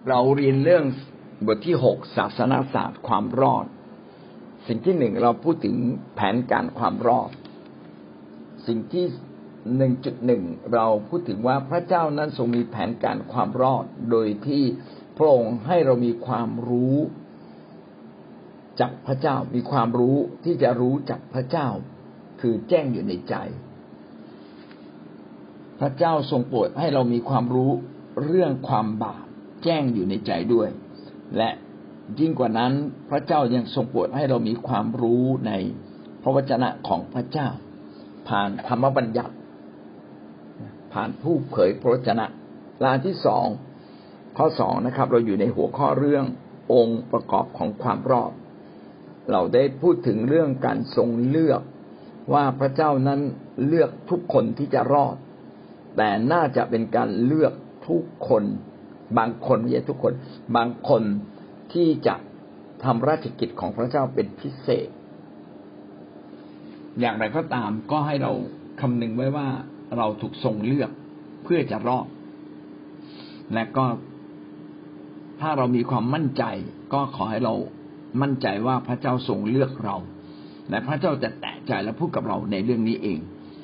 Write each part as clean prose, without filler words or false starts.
เราเรียนเรื่องบทที่6ศาสนศาสตร์ความรอดสิ่งที่1เราพูดถึงแผนการความรอดสิ่งที่ 1.1 เราพูดถึงว่าพระเจ้านั้นทรงมีแผนการความรอดโดยที่พระองค์ให้เรามีความรู้จากพระเจ้ามีความรู้ที่จะรู้จักพระเจ้าคือแจ้งอยู่ในใจพระเจ้าทรงโปรดให้เรามีความรู้เรื่องความบาปแจ้งอยู่ในใจด้วยและยิ่งกว่านั้นพระเจ้ายังทรงโปรดให้เรามีความรู้ในพระวจนะของพระเจ้าผ่านธรรมบัญญัติผ่านผู้เผยพระวจนะและอันที่2ข้อ2นะครับเราอยู่ในหัวข้อเรื่ององค์ประกอบของความรอดเราได้พูดถึงเรื่องการทรงเลือกว่าพระเจ้านั้นเลือกทุกคนที่จะรอดแต่น่าจะเป็นการเลือกทุกคนบางคนไม่ใช่ทุกคนบางคนที่จะทำราชกิจของพระเจ้าเป็นพิเศษอย่างไรก็ตามก็ให้เราคำนึงไว้ว่าเราถูกทรงเลือกเพื่อจะรอดและก็ถ้าเรามีความมั่นใจก็ขอให้เรามั่นใจว่าพระเจ้าทรงเลือกเราและพระเจ้าจะแตะใจและพูดกับเราในเรื่องนี้เอง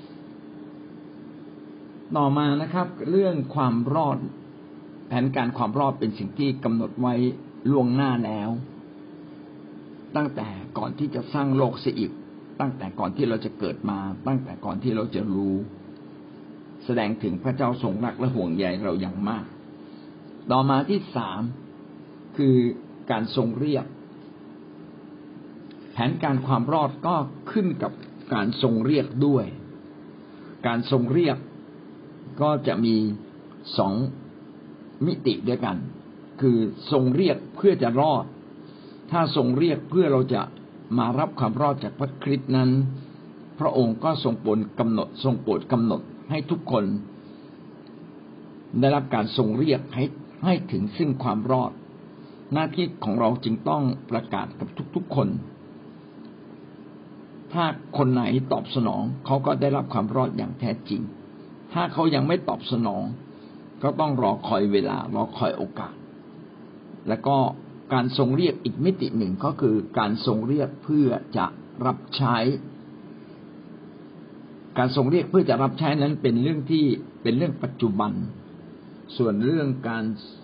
ต่อมานะครับเรื่องความรอดแผนการความรอดเป็นสิ่งที่กำหนดไว้ล่วงหน้าแล้วตั้งแต่ก่อนที่จะสร้างโลกเสียอีกตั้งแต่ก่อนที่เราจะเกิดมาตั้งแต่ก่อนที่เราจะรู้แสดงถึงพระเจ้าทรงรักและห่วงใยเราอย่างมากต่อมาที่3คือการทรงเรียกแผนการความรอดก็ขึ้นกับการทรงเรียกด้วยการทรงเรียกก็จะมี2มิติด้วยกันคือทรงเรียกเพื่อจะรอดถ้าทรงเรียกเพื่อเราจะมารับความรอดจากพระคริสต์นั้นพระองค์ก็ทรงโปรดกำหนดให้ทุกคนได้รับการทรงเรียกให้ถึงซึ่งความรอดหน้าที่ของเราจึงต้องประกาศกับทุกๆคนถ้าคนไหนตอบสนองเขาก็ได้รับความรอดอย่างแท้จริงถ้าเขายังไม่ตอบสนองก็ต้องรอคอยเวลารอคอยโอกาสแล้วก็การทรงเรียกอีกมิติหนึ่งก็คือการทรงเรียกเพื่อจะรับใช้การทรงเรียกเพื่อจะรับใช้นั้นเป็นเรื่องที่เป็นเรื่องปัจจุบันส่วนเรื่องการ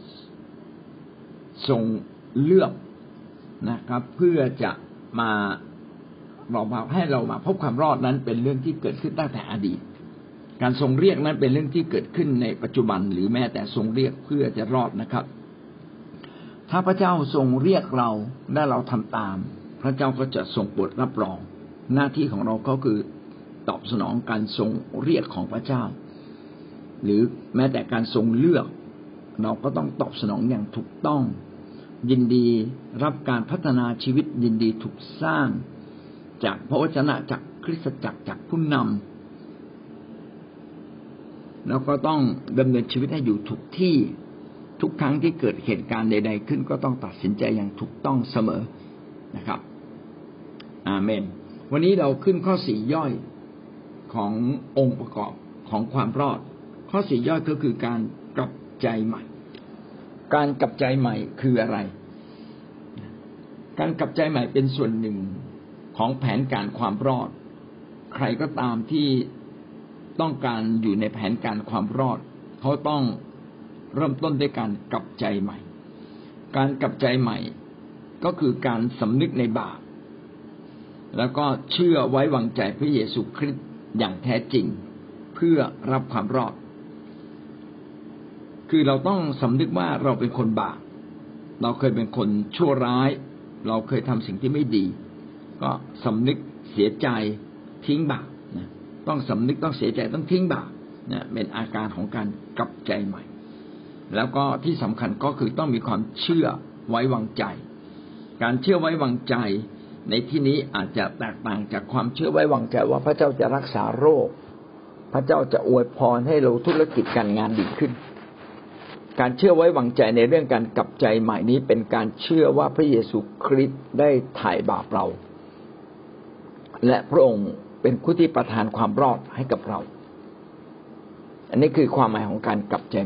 ทรงเลือกนะครับเพื่อจะมาให้เรามาพบความรอดนั้นเป็นเรื่องที่เกิดขึ้นตั้งแต่อดีตการทรงเรียกนั้นเป็นเรื่องที่เกิดขึ้นในปัจจุบันหรือแม้แต่ทรงเรียกเพื่อจะรอดนะครับถ้าพระเจ้าทรงเรียกเราและเราทำตามพระเจ้าก็จะทรงโปรดรับรองหน้าที่ของเราก็คือตอบสนองการทรงเรียกของพระเจ้าหรือแม้แต่การทรงเลือกเราก็ต้องตอบสนองอย่างถูกต้องยินดีรับการพัฒนาชีวิตยินดีถูกสร้างจากพระวจนะจากคริสตจักรจากผู้นำแล้วก็ต้องดำเนินชีวิตให้อยู่ถูกที่ทุกครั้งที่เกิดเหตุการณ์ใดๆขึ้นก็ต้องตัดสินใจอย่างถูกต้องเสมอนะครับอาเมนวันนี้เราขึ้นข้อ4ย่อยขององค์ประกอบของความรอดข้อ4ย่อยก็คือการกลับใจใหม่การกลับใจใหม่คืออะไรการกลับใจใหม่เป็นส่วนหนึ่งของแผนการความรอดใครก็ตามที่ต้องการอยู่ในแผนการความรอดเขาต้องเริ่มต้นด้วยการกลับใจใหม่การกลับใจใหม่ก็คือการสำนึกในบาปแล้วก็เชื่อไว้วางใจพระเยซูคริสต์อย่างแท้จริงเพื่อรับความรอดคือเราต้องสำนึกว่าเราเป็นคนบาปเราเคยเป็นคนชั่วร้ายเราเคยทำสิ่งที่ไม่ดีก็สำนึกเสียใจทิ้งบาปนะต้องสำนึกต้องเสียใจต้องทิ้งบาปนะเป็นอาการของการกลับใจใหม่แล้วก็ที่สำคัญก็คือต้องมีความเชื่อไว้วางใจการเชื่อไว้วางใจในที่นี้อาจจะแตกต่างจากความเชื่อไว้วางใจว่าพระเจ้าจะรักษาโรคพระเจ้าจะอวยพรให้เราธุรกิจการงานดีขึ้นการเชื่อไว้วางใจในเรื่องการกลับใจใหม่นี้เป็นการเชื่อว่าพระเยซูคริสต์ได้ไถ่บาปเราและพระองค์เป็นผู้ที่ประทานความรอดให้กับเราอันนี้คือความหมายของการกลับใจใหม่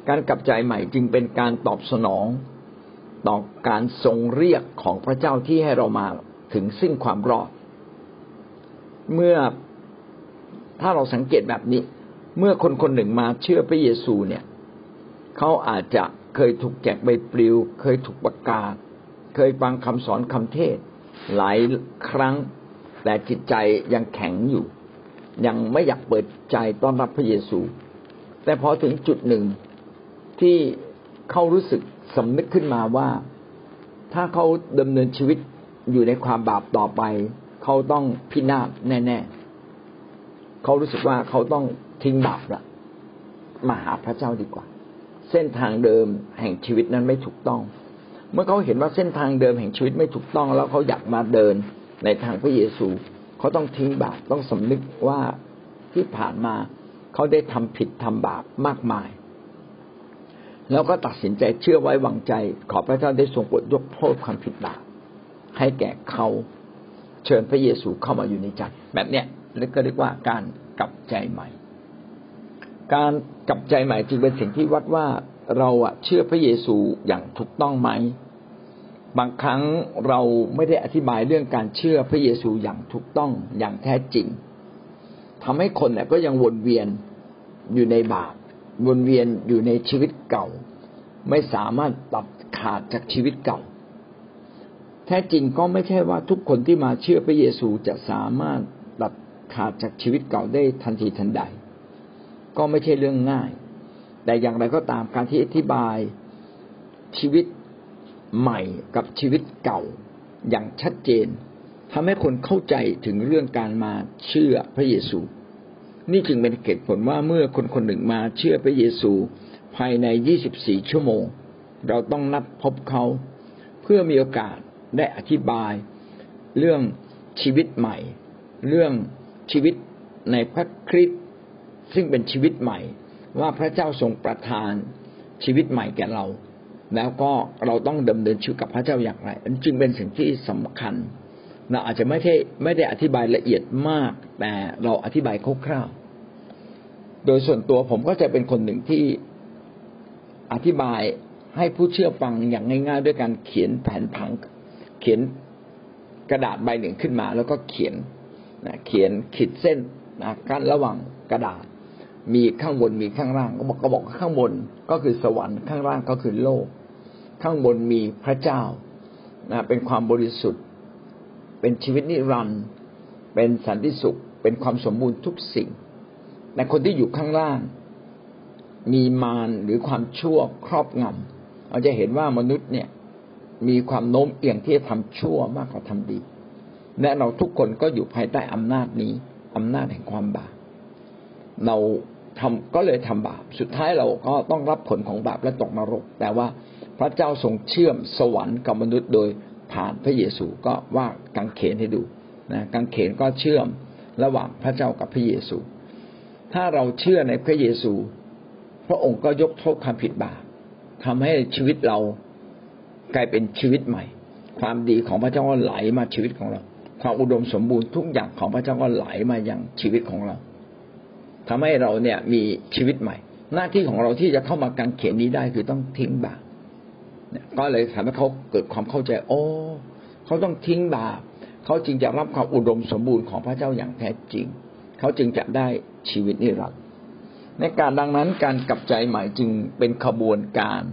การกลับใจใหม่จึงเป็นการตอบสนองต่อการทรงเรียกของพระเจ้าที่ให้เรามาถึงซึ่งความรอดเมื่อถ้าเราสังเกตแบบนี้เมื่อคนคนหนึ่งมาเชื่อพระเยซูเนี่ยเขาอาจจะเคยถูกแจกใบปลิวเคยถูกประกาศเคยฟังคำสอนคำเทศหลายครั้งแต่จิตใจยังแข็งอยู่ยังไม่อยากเปิดใจต้อนรับพระเยซูแต่พอถึงจุดหนึ่งที่เขารู้สึกสำนึกขึ้นมาว่าถ้าเขาดำเนินชีวิตอยู่ในความบาปต่อไปเขาต้องพินาศแน่ๆเขารู้สึกว่าเขาต้องทิ้งบาปละมาหาพระเจ้าดีกว่าเส้นทางเดิมแห่งชีวิตนั้นไม่ถูกต้องเมื่อเขาเห็นว่าเส้นทางเดิมแห่งชีวิตไม่ถูกต้องแล้วเขาอยากมาเดินในทางพระเยซูเขาต้องทิ้งบาปต้องสำนึกว่าที่ผ่านมาเขาได้ทำผิดทำบาปมากมายแล้วก็ตัดสินใจเชื่อไว้วางใจขอพระเจ้าได้ทรงโปรดยกโทษความผิดบาปให้แก่เขาเชิญพระเยซูเข้ามาอยู่ในใจแบบเนี้ยก็เรียกว่าการกลับใจใหม่การกลับใจใหม่จึงเป็นสิ่งที่วัดว่าเราเชื่อพระเยซูอย่างถูกต้องไหมบางครั้งเราไม่ได้อธิบายเรื่องการเชื่อพระเยซูอย่างถูกต้องอย่างแท้จริงทำให้คนเนี่ยก็ยังวนเวียนอยู่ในบาปวนเวียนอยู่ในชีวิตเก่าไม่สามารถตัดขาดจากชีวิตเก่าแท้จริงก็ไม่ใช่ว่าทุกคนที่มาเชื่อพระเยซูจะสามารถตัดขาดจากชีวิตเก่าได้ทันทีทันใดก็ไม่ใช่เรื่องง่ายแต่อย่างไรก็ตามการที่อธิบายชีวิตใหม่กับชีวิตเก่าอย่างชัดเจนทำให้คนเข้าใจถึงเรื่องการมาเชื่อพระเยซูนี่จึงเป็นเหตุผลว่าเมื่อคนคนหนึ่งมาเชื่อพระเยซูภายใน24ชั่วโมงเราต้องนัดพบเขาเพื่อมีโอกาสได้อธิบายเรื่องชีวิตใหม่เรื่องชีวิตในพระคริสต์ซึ่งเป็นชีวิตใหม่ว่าพระเจ้าทรงประทานชีวิตใหม่แก่เราแล้วก็เราต้องดำเนินชีวิตกับพระเจ้าอย่างไรอันจึงเป็นสิ่งที่สำคัญเราอาจจะไม่ได้อธิบายละเอียดมากแต่เราอธิบายคร่าวๆโดยส่วนตัวผมก็จะเป็นคนหนึ่งที่อธิบายให้ผู้เชื่อฟังอย่างง่ายๆด้วยการเขียนแผนผังเขียนกระดาษใบหนึ่งขึ้นมาแล้วก็เขียนขีดเส้นกั้นระหว่างกระดาษมีข้างบนมีข้างล่างก็บอกข้างบนก็คือสวรรค์ข้างล่างก็คือโลกข้างบนมีพระเจ้าเป็นความบริสุทธิ์เป็นชีวิตนิรันดร์เป็นสันติสุขเป็นความสมบูรณ์ทุกสิ่งแต่คนที่อยู่ข้างล่างมีมารหรือความชั่วครอบงำเราจะเห็นว่ามนุษย์เนี่ยมีความโน้มเอียงที่จะทำชั่วมากกว่าทำดีและเราทุกคนก็อยู่ภายใต้อำนาจนี้อำนาจแห่งความบาปเราก็เลยทำบาปสุดท้ายเราก็ต้องรับผลของบาปและตกนรกแต่ว่าพระเจ้าทรงเชื่อมสวรรค์กับมนุษย์โดยผ่านพระเยซูก็ว่ากางเขนให้ดูนะกางเขนก็เชื่อมระหว่างพระเจ้ากับพระเยซูถ้าเราเชื่อในพระเยซูพระองค์ก็ยกโทษความผิดบาปทำให้ชีวิตเรากลายเป็นชีวิตใหม่ความดีของพระเจ้าก็ไหลมาชีวิตของเราความอุดมสมบูรณ์ทุกอย่างของพระเจ้าก็ไหลมาอย่างชีวิตของเราทำให้เราเนี่ยมีชีวิตใหม่หน้าที่ของเราที่จะเข้ามากางเขนนี้ได้คือต้องทิ้งบาปก็เลยทำให้เขาเกิดความเข้าใจเขาต้องทิ้งบาปเขาจึงจะรับความอุดมสมบูรณ์ของพระเจ้าอย่างแท้จริงเขาจึงจะได้ชีวิตนิรันดร์ในการดังนั้นการกลับใจใหม่จึงเป็นขบวนการ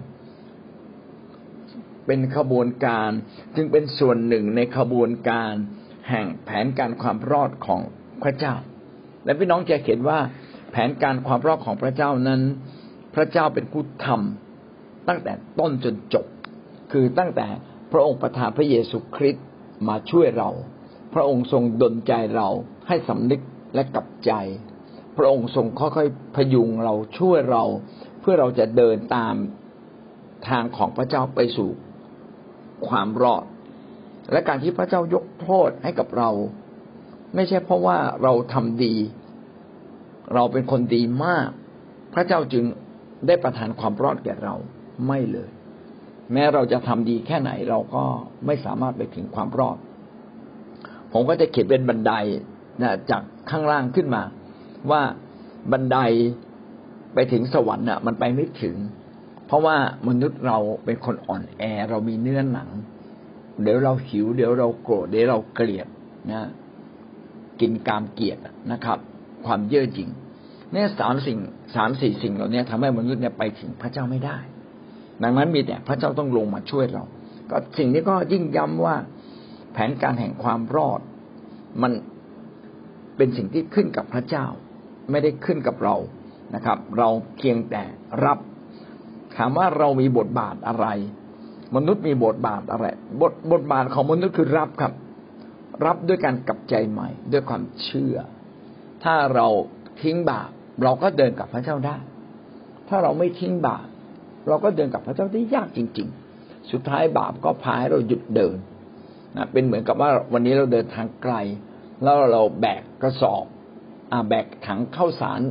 จึงเป็นส่วนหนึ่งในขบวนการแห่งแผนการความรอดของพระเจ้าและพี่น้องจะเห็นว่าแผนการความรอดของพระเจ้านั้นพระเจ้าเป็นผู้ทำตั้งแต่ต้นจนจบคือตั้งแต่พระองค์ประทานพระเยซูคริสต์มาช่วยเราพระองค์ทรงดลใจเราให้สำนึกและกลับใจพระองค์ทรงค่อยๆพยุงเราช่วยเราเพื่อเราจะเดินตามทางของพระเจ้าไปสู่ความรอดและการที่พระเจ้ายกโทษให้กับเราไม่ใช่เพราะว่าเราทำดีเราเป็นคนดีมากพระเจ้าจึงได้ประทานความรอดแก่เราไม่เลยแม้เราจะทำดีแค่ไหนเราก็ไม่สามารถไปถึงความรอดผมก็จะเขียนเป็นบันไดจากข้างล่างขึ้นมาว่าบันไดไปถึงสวรรค์มันไปไม่ถึงเพราะว่ามนุษย์เราเป็นคนอ่อนแอเรามีเนื้อหนังเดี๋ยวเราหิวเดี๋ยวเราโกรธเดี๋ยวเราเกลียดนะกินกามเกลียดนะครับความเย่อหยิ่งเนี่ย3 4 สิ่งเหล่านี้ทำให้มนุษย์เนี่ยไปถึงพระเจ้าไม่ได้ดังนั้นมีแต่พระเจ้าต้องลงมาช่วยเราก็สิ่งนี้ก็ยิ่งย้ำว่าแผนการแห่งความรอดมันเป็นสิ่งที่ขึ้นกับพระเจ้าไม่ได้ขึ้นกับเรานะครับเราเพียงแต่รับถามว่าเรามีบทบาทอะไรมนุษย์มีบทบาทอะไรบทบาทของมนุษย์คือรับครับรับด้วยการกลับใจใหม่ด้วยความเชื่อถ้าเราทิ้งบาปเราก็เดินกับพระเจ้าได้ถ้าเราไม่ทิ้งบาปเราก็เดินกับพระเจ้าได้ยากจริงๆสุดท้ายบาปก็พาให้เราหยุดเดินนะเป็นเหมือนกับว่าวันนี้เราเดินทางไกลแล้วเราแบกกระสอบแบกถังข้าวสาร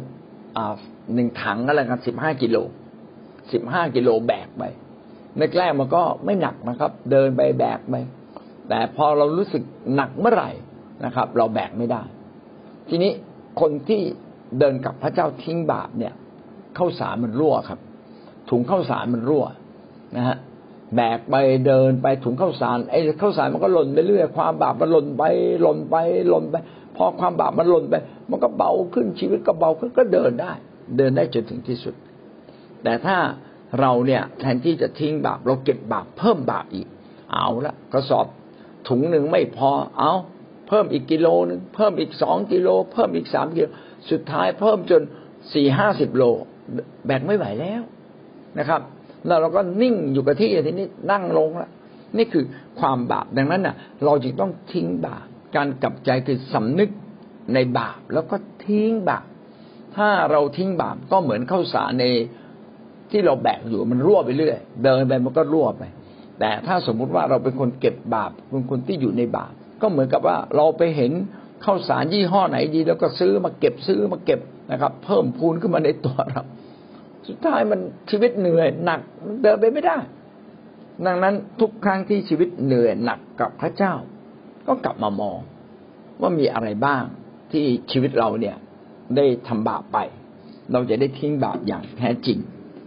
1 ถังอะไรกัน15 กิโลแบกไปแรกๆมันก็ไม่หนักนะครับเดินไปแบกไปแต่พอเรารู้สึกหนักเมื่อไหร่นะครับเราแบกไม่ได้ทีนี้คนที่เดินกับพระเจ้าทิ้งบาปเนี่ยข้าวสารมันรั่วครับถุงข้าวสารมันรั่วนะฮะแบกไปเดินไปถุงข้าวสารข้าวสารมันก็หล่นไปเรื่อยความบาปมันหล่นไปพอความบาปมันหล่นไปมันก็เบาขึ้นชีวิตก็เบาขึ้นก็เดินได้จนถึงที่สุดแต่ถ้าเราเนี่ยแทนที่จะทิ้งบาปเราเก็บบาปเพิ่มบาปอีกเอาละกระสอบถุงหนึ่งไม่พอเอาเพิ่มอีกกิโลนึงเพิ่มอีก2 กิโลเพิ่มอีก3 กิโลสุดท้ายเพิ่มจน40-50 โลแบกไม่ไหวแล้วนะครับแล้วเราก็นิ่งอยู่กับที่ทีนี้นั่งลงแล้วนี่คือความบาปดังนั้นน่ะเราจึงต้องทิ้งบาปการกลับใจคือสำนึกในบาปแล้วก็ทิ้งบาปถ้าเราทิ้งบาปก็เหมือนข้าวสารในที่เราแบกอยู่มันรั่วไปเรื่อยเดินไปมันก็รั่วไปแต่ถ้าสมมุติว่าเราเป็นคนเก็บบาปเป็นคนที่อยู่ในบาปก็เหมือนกับว่าเราไปเห็นข้าวสารยี่ห้อไหนดีแล้วก็ซื้อมาเก็บนะครับเพิ่มพูนขึ้นมาในตัวเราสุดท้ายมันชีวิตเหนื่อยหนักเดินไปไม่ได้ดังนั้นทุกครั้งที่ชีวิตเหนื่อยหนักกับพระเจ้าก็กลับมามองว่ามีอะไรบ้างที่ชีวิตเราเนี่ยได้ทำบาปไปเราจะได้ทิ้งบาปอย่างแท้จริง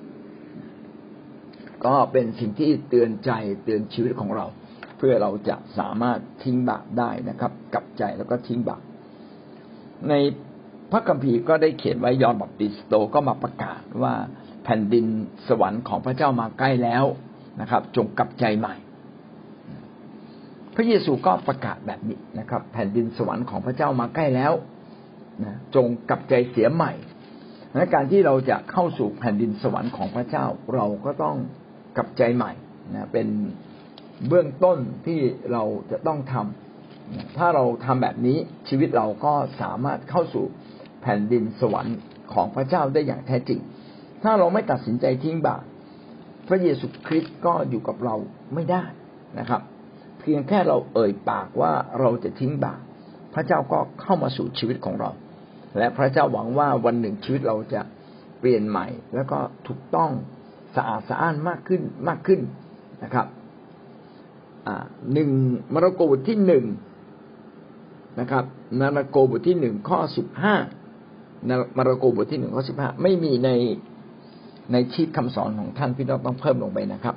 ก็เป็นสิ่งที่เตือนใจเตือนชีวิตของเราเพื่อเราจะสามารถทิ้งบาปได้นะครับกลับใจแล้วก็ทิ้งบาปในพระคัมภีร์ก็ได้เขียนไว้ยอห์นบัพติสโตก็มาประกาศว่าแผ่นดินสวรรค์ของพระเจ้ามาใกล้แล้วนะครับจงกลับใจใหม่พระเยซูก็ประกาศแบบนี้นะครับแผ่นดินสวรรค์ของพระเจ้ามาใกล้แล้วนะจงกลับใจเสียใหม่และการที่เราจะเข้าสู่แผ่นดินสวรรค์ของพระเจ้าเราก็ต้องกลับใจใหม่นะเป็นเบื้องต้นที่เราจะต้องทำถ้าเราทำแบบนี้ชีวิตเราก็สามารถเข้าสู่แผ่นดินสวรรค์ของพระเจ้าได้อย่างแท้จริงถ้าเราไม่ตัดสินใจทิ้งบาปพระเยซูคริสต์ก็อยู่กับเราไม่ได้นะครับเพียงแค่เราเอ่ยปากว่าเราจะทิ้งบาปพระเจ้าก็เข้ามาสู่ชีวิตของเราและพระเจ้าหวังว่าวันหนึ่งชีวิตเราจะเปลี่ยนใหม่แล้วก็ถูกต้องสะอาดสะอ้านมากขึ้นนะครับ1 มาระโกบทที่1นะครับมาระโกบทที่1ข้อ15มาระโกบทที่1ข้อ15ไม่มีในชีทคำสอนของท่านพี่น้องต้องเพิ่มลงไปนะครับ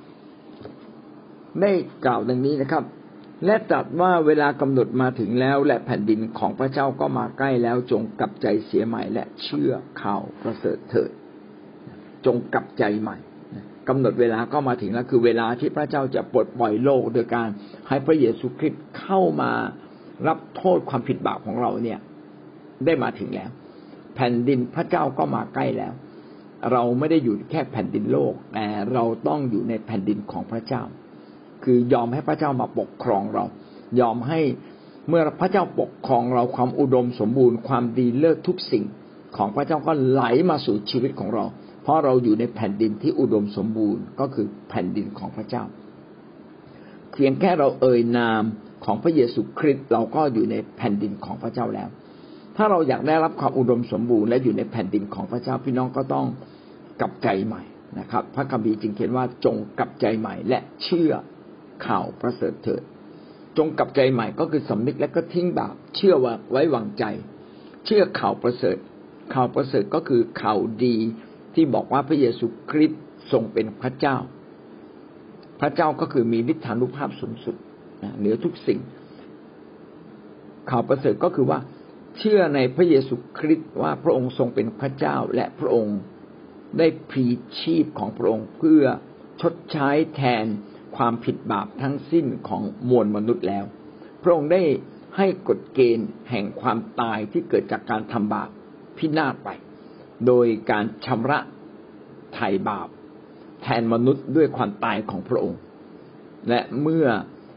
ได้กล่าวดังนี้นะครับและตรัสว่าเวลากำหนดมาถึงแล้วและแผ่นดินของพระเจ้าก็มาใกล้แล้วจงกลับใจเสียใหม่และเชื่อข่าวประเสริฐเถิดจงกลับใจใหม่กำหนดเวลาก็มาถึงแล้วคือเวลาที่พระเจ้าจะปลดปล่อยโลกโดยการให้พระเยซูคริสต์เข้ามารับโทษความผิดบาปของเราเนี่ยได้มาถึงแล้วแผ่นดินพระเจ้าก็มาใกล้แล้วเราไม่ได้อยู่แค่แผ่นดินโลกแต่เราต้องอยู่ในแผ่นดินของพระเจ้าคือยอมให้พระเจ้ามาปกครองเรายอมให้เมื่อพระเจ้าปกครองเราความอุดมสมบูรณ์ความดีเลิศทุกสิ่งของพระเจ้าก็ไหลมาสู่ชีวิตของเราเพราะเราอยู่ในแผ่นดินที่อุดมสมบูรณ์ก็คือแผ่นดินของพระเจ้าเพียงแค่เราเอ่ยนามของพระเยซูคริสต์เราก็อยู่ในแผ่นดินของพระเจ้าแล้วถ้าเราอยากได้รับความอุดมสมบูรณ์และอยู่ในแผ่นดินของพระเจ้าพี่น้องก็ต้องกลับใจใหม่นะครับพระคัมภีร์จึงเขียนว่าจงกลับใจใหม่และเชื่อข่าวประเสริฐเถิดจงกลับใจใหม่ก็คือสำนึกและก็ทิ้งบาปเชื่อว่าไว้วางใจเชื่อข่าวประเสริฐข่าวประเสริฐก็คือข่าวดีที่บอกว่าพระเยซูคริสต์ทรงเป็นพระเจ้าพระเจ้าก็คือมีฤทธานุภาพสูงสุดเหนือทุกสิ่งข่าวประเสริฐก็คือว่าเชื่อในพระเยซูคริสต์ว่าพระองค์ทรงเป็นพระเจ้าและพระองค์ได้พลีชีพของพระองค์เพื่อชดใช้แทนความผิดบาปทั้งสิ้นของมวลมนุษย์แล้วพระองค์ได้ให้กฎเกณฑ์แห่งความตายที่เกิดจากการทำบาปพินาศไปโดยการชำระไถ่บาปแทนมนุษย์ด้วยความตายของพระองค์และเมื่อ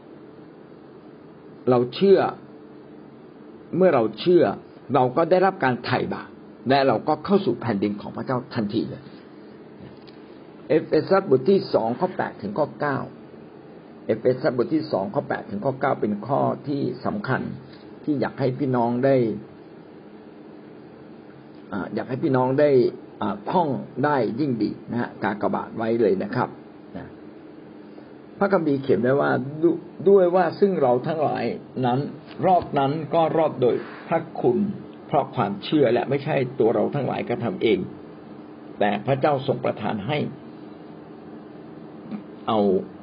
เราเชื่อเราก็ได้รับการไถ่บาปและเราก็เข้าสู่แผ่นดินของพระเจ้าทันทีเลยเอเฟซัสบทที่2ข้อ8ถึงข้อ9เอเฟซัสบทที่2ข้อ8ถึงข้อ9เป็นข้อที่สำคัญที่อยากให้พี่น้องได้ท่องได้ยิ่งดีนะฮะกากบาทไว้เลยนะครับพระคัมภีร์เขียนไว้ว่าด้วยว่าซึ่งเราทั้งหลายนั้นรอดนั้นก็รอดโดยพระคุณเพราะความเชื่อและไม่ใช่ตัวเราทั้งหลายกระทำเองแต่พระเจ้าทรงประทานให้เอา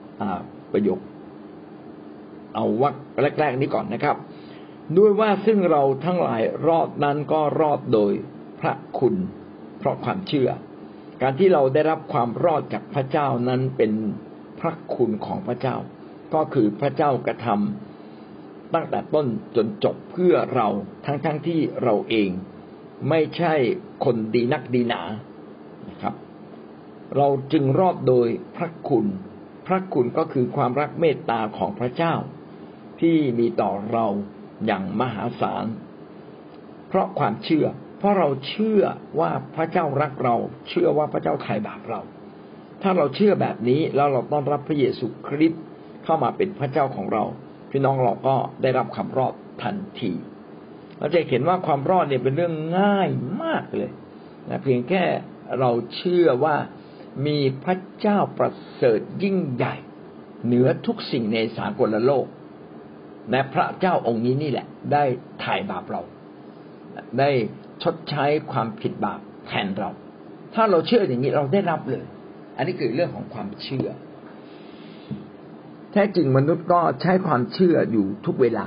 วรรคแรกๆนี้ก่อนนะครับด้วยว่าซึ่งเราทั้งหลายรอดนั้นก็รอดโดยพระคุณเพราะความเชื่อการที่เราได้รับความรอดจากพระเจ้านั้นเป็นพระคุณของพระเจ้าก็คือพระเจ้ากระทำตั้งแต่ต้นจนจบเพื่อเราทั้งที่เราเองไม่ใช่คนดีนักดีหนานะครับเราจึงรอดโดยพระคุณก็คือความรักเมตตาของพระเจ้าที่มีต่อเราอย่างมหาศาลเพราะความเชื่อเพราะเราเชื่อว่าพระเจ้ารักเราเชื่อว่าพระเจ้าไถ่บาปเราถ้าเราเชื่อแบบนี้แล้วเราต้อนรับพระเยซูคริสต์เข้ามาเป็นพระเจ้าของเราพี่น้องเราก็ได้รับความรอดทันทีเราจะเห็นว่าความรอดเนี่ยเป็นเรื่องง่ายมากเลยนะเพียงแค่เราเชื่อว่ามีพระเจ้าประเสริฐยิ่งใหญ่เหนือทุกสิ่งในสากลโลกและพระเจ้าองค์นี้นี่แหละได้ไถ่บาปเราได้ชดใช้ความผิดบาปแทนเราถ้าเราเชื่ออย่างนี้เราได้รับเลยอันนี้คือเรื่องของความเชื่อแท้จริงมนุษย์ก็ใช้ความเชื่ออยู่ทุกเวลา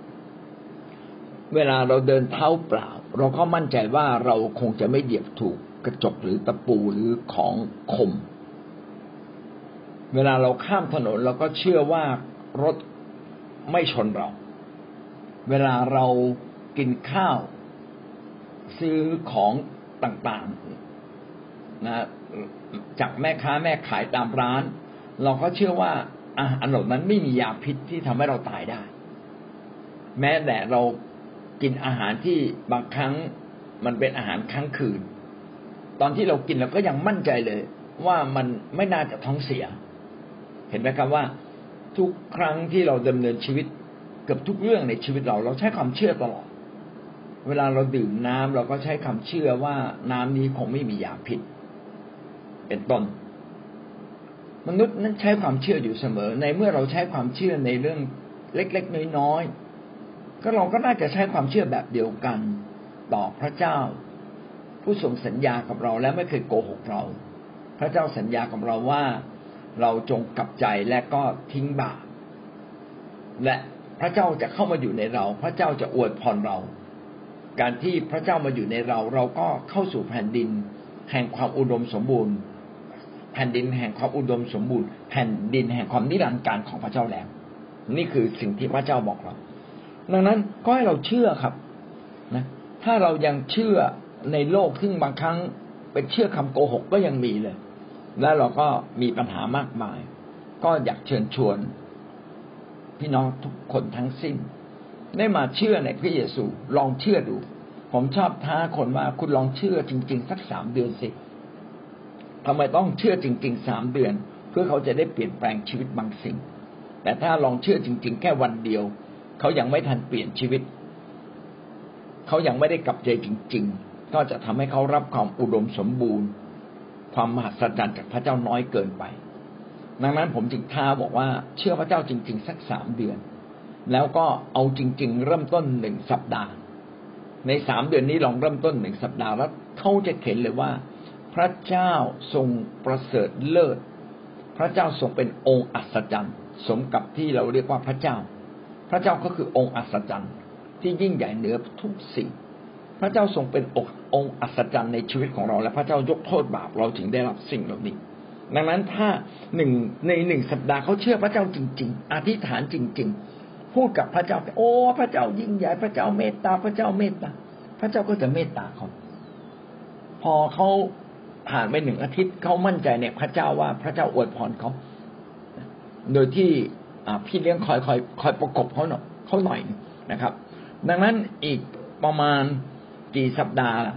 เราเดินเท้าเปล่าเราก็มั่นใจว่าเราคงจะไม่เหยียบถูกกระจกหรือตะปูหรือของคมเวลาเราข้ามถนนเราก็เชื่อว่ารถไม่ชนเราเวลาเรากินข้าวซื้อของต่างๆนะจากแม่ค้าแม่ขายตามร้านเราก็เชื่อว่าอาหารเหล่านั้นไม่มียาพิษที่ทำให้เราตายได้แม้แต่เรากินอาหารที่บางครั้งมันเป็นอาหารค้างคืนตอนที่เรากินเราก็ยังมั่นใจเลยว่ามันไม่น่าจะท้องเสียเห็นไหมครับว่าทุกครั้งที่เราดำเนินชีวิตเกือบทุกเรื่องในชีวิตเราใช้ความเชื่อตลอดเวลาเราดื่มน้ำเราก็ใช้ความเชื่อว่าน้ำนี้คงไม่มียาพิษเป็นต้นมนุษย์นั้นใช้ความเชื่ออยู่เสมอในเมื่อเราใช้ความเชื่อในเรื่องเล็กๆน้อยๆก็เราก็น่าจะใช้ความเชื่อแบบเดียวกันต่อพระเจ้าผู้ทรงสัญญากับเราและไม่เคยโกหกเราพระเจ้าสัญญากับเราว่าเราจงกลับใจและก็ทิ้งบาปและพระเจ้าจะเข้ามาอยู่ในเราพระเจ้าจะอวยพรเราการที่พระเจ้ามาอยู่ในเราเราก็เข้าสู่แผ่นดินแห่งความอุดมสมบูรณ์แผ่นดินแห่งความอุดมสมบูรณ์แผ่นดินแห่งความนิรันดร์การของพระเจ้าแล้วนี่คือสิ่งที่พระเจ้าบอกเราดังนั้นก็ให้เราเชื่อครับนะถ้าเรายังเชื่อในโลกซึ่งบางครั้งเป็นเชื่อคำโกหกก็ยังมีเลยและเราก็มีปัญหามากมายก็อยากเชิญชวนพี่น้องทุกคนทั้งสิ้นได้มาเชื่อในพระเยซูลองเชื่อดูผมชอบท้าคนว่าคุณลองเชื่อจริงๆสัก3 เดือนสิทำไมต้องเชื่อจริงๆ3 เดือนเพื่อเขาจะได้เปลี่ยนแปลงชีวิตบางสิ่งแต่ถ้าลองเชื่อจริงๆแค่วันเดียวเขายังไม่ทันเปลี่ยนชีวิตเขายังไม่ได้กลับใจจริงๆก็จะทำให้เขารับความอุดมสมบูรณ์ความมหัศจรรย์จากพระเจ้าน้อยเกินไปดังนั้นผมจึงท้าบอกว่าเชื่อพระเจ้าจริงๆสัก3 เดือนแล้วก็เอาจริงๆเริ่มต้น1 สัปดาห์ใน3 เดือนนี้ลองเริ่มต้น1 สัปดาห์แล้วเขาจะเห็นเลยว่าพพระเจ้าทรงประเสริฐเลิศพระเจ้าทรงเป็นองค์อัศจรรย์สมกับที่เราเรียกว่าพระเจ้าพระเจ้าก็คือองค์อัศจรรย์ที่ยิ่งใหญ่เหนือทุกสิ่งพระเจ้าทรงเป็นองค์อัศจรรย์ในชีวิตของเราและพระเจ้ายกโทษบาปเราจึงได้รับสิ่งเหล่านี้ดังนั้นถ้าในหนึ่งสัปดาห์เขาเชื่อพระเจ้าจริงๆอธิษฐานจริงๆพูดกับพระเจ้าโอ้พระเจ้ายิ่งใหญ่พระเจ้าเมตตาพระเจ้าเมตตาพระเจ้าก็จะเมตตาเขาพอเขาผ่านไป1 อาทิตย์เขามั่นใจในพระเจ้าว่าพระเจ้าอวยพรเขาโดยที่พี่เลี้ยงคอยประกบเขาหน่อยนะครับดังนั้นอีกประมาณกี่สัปดาห์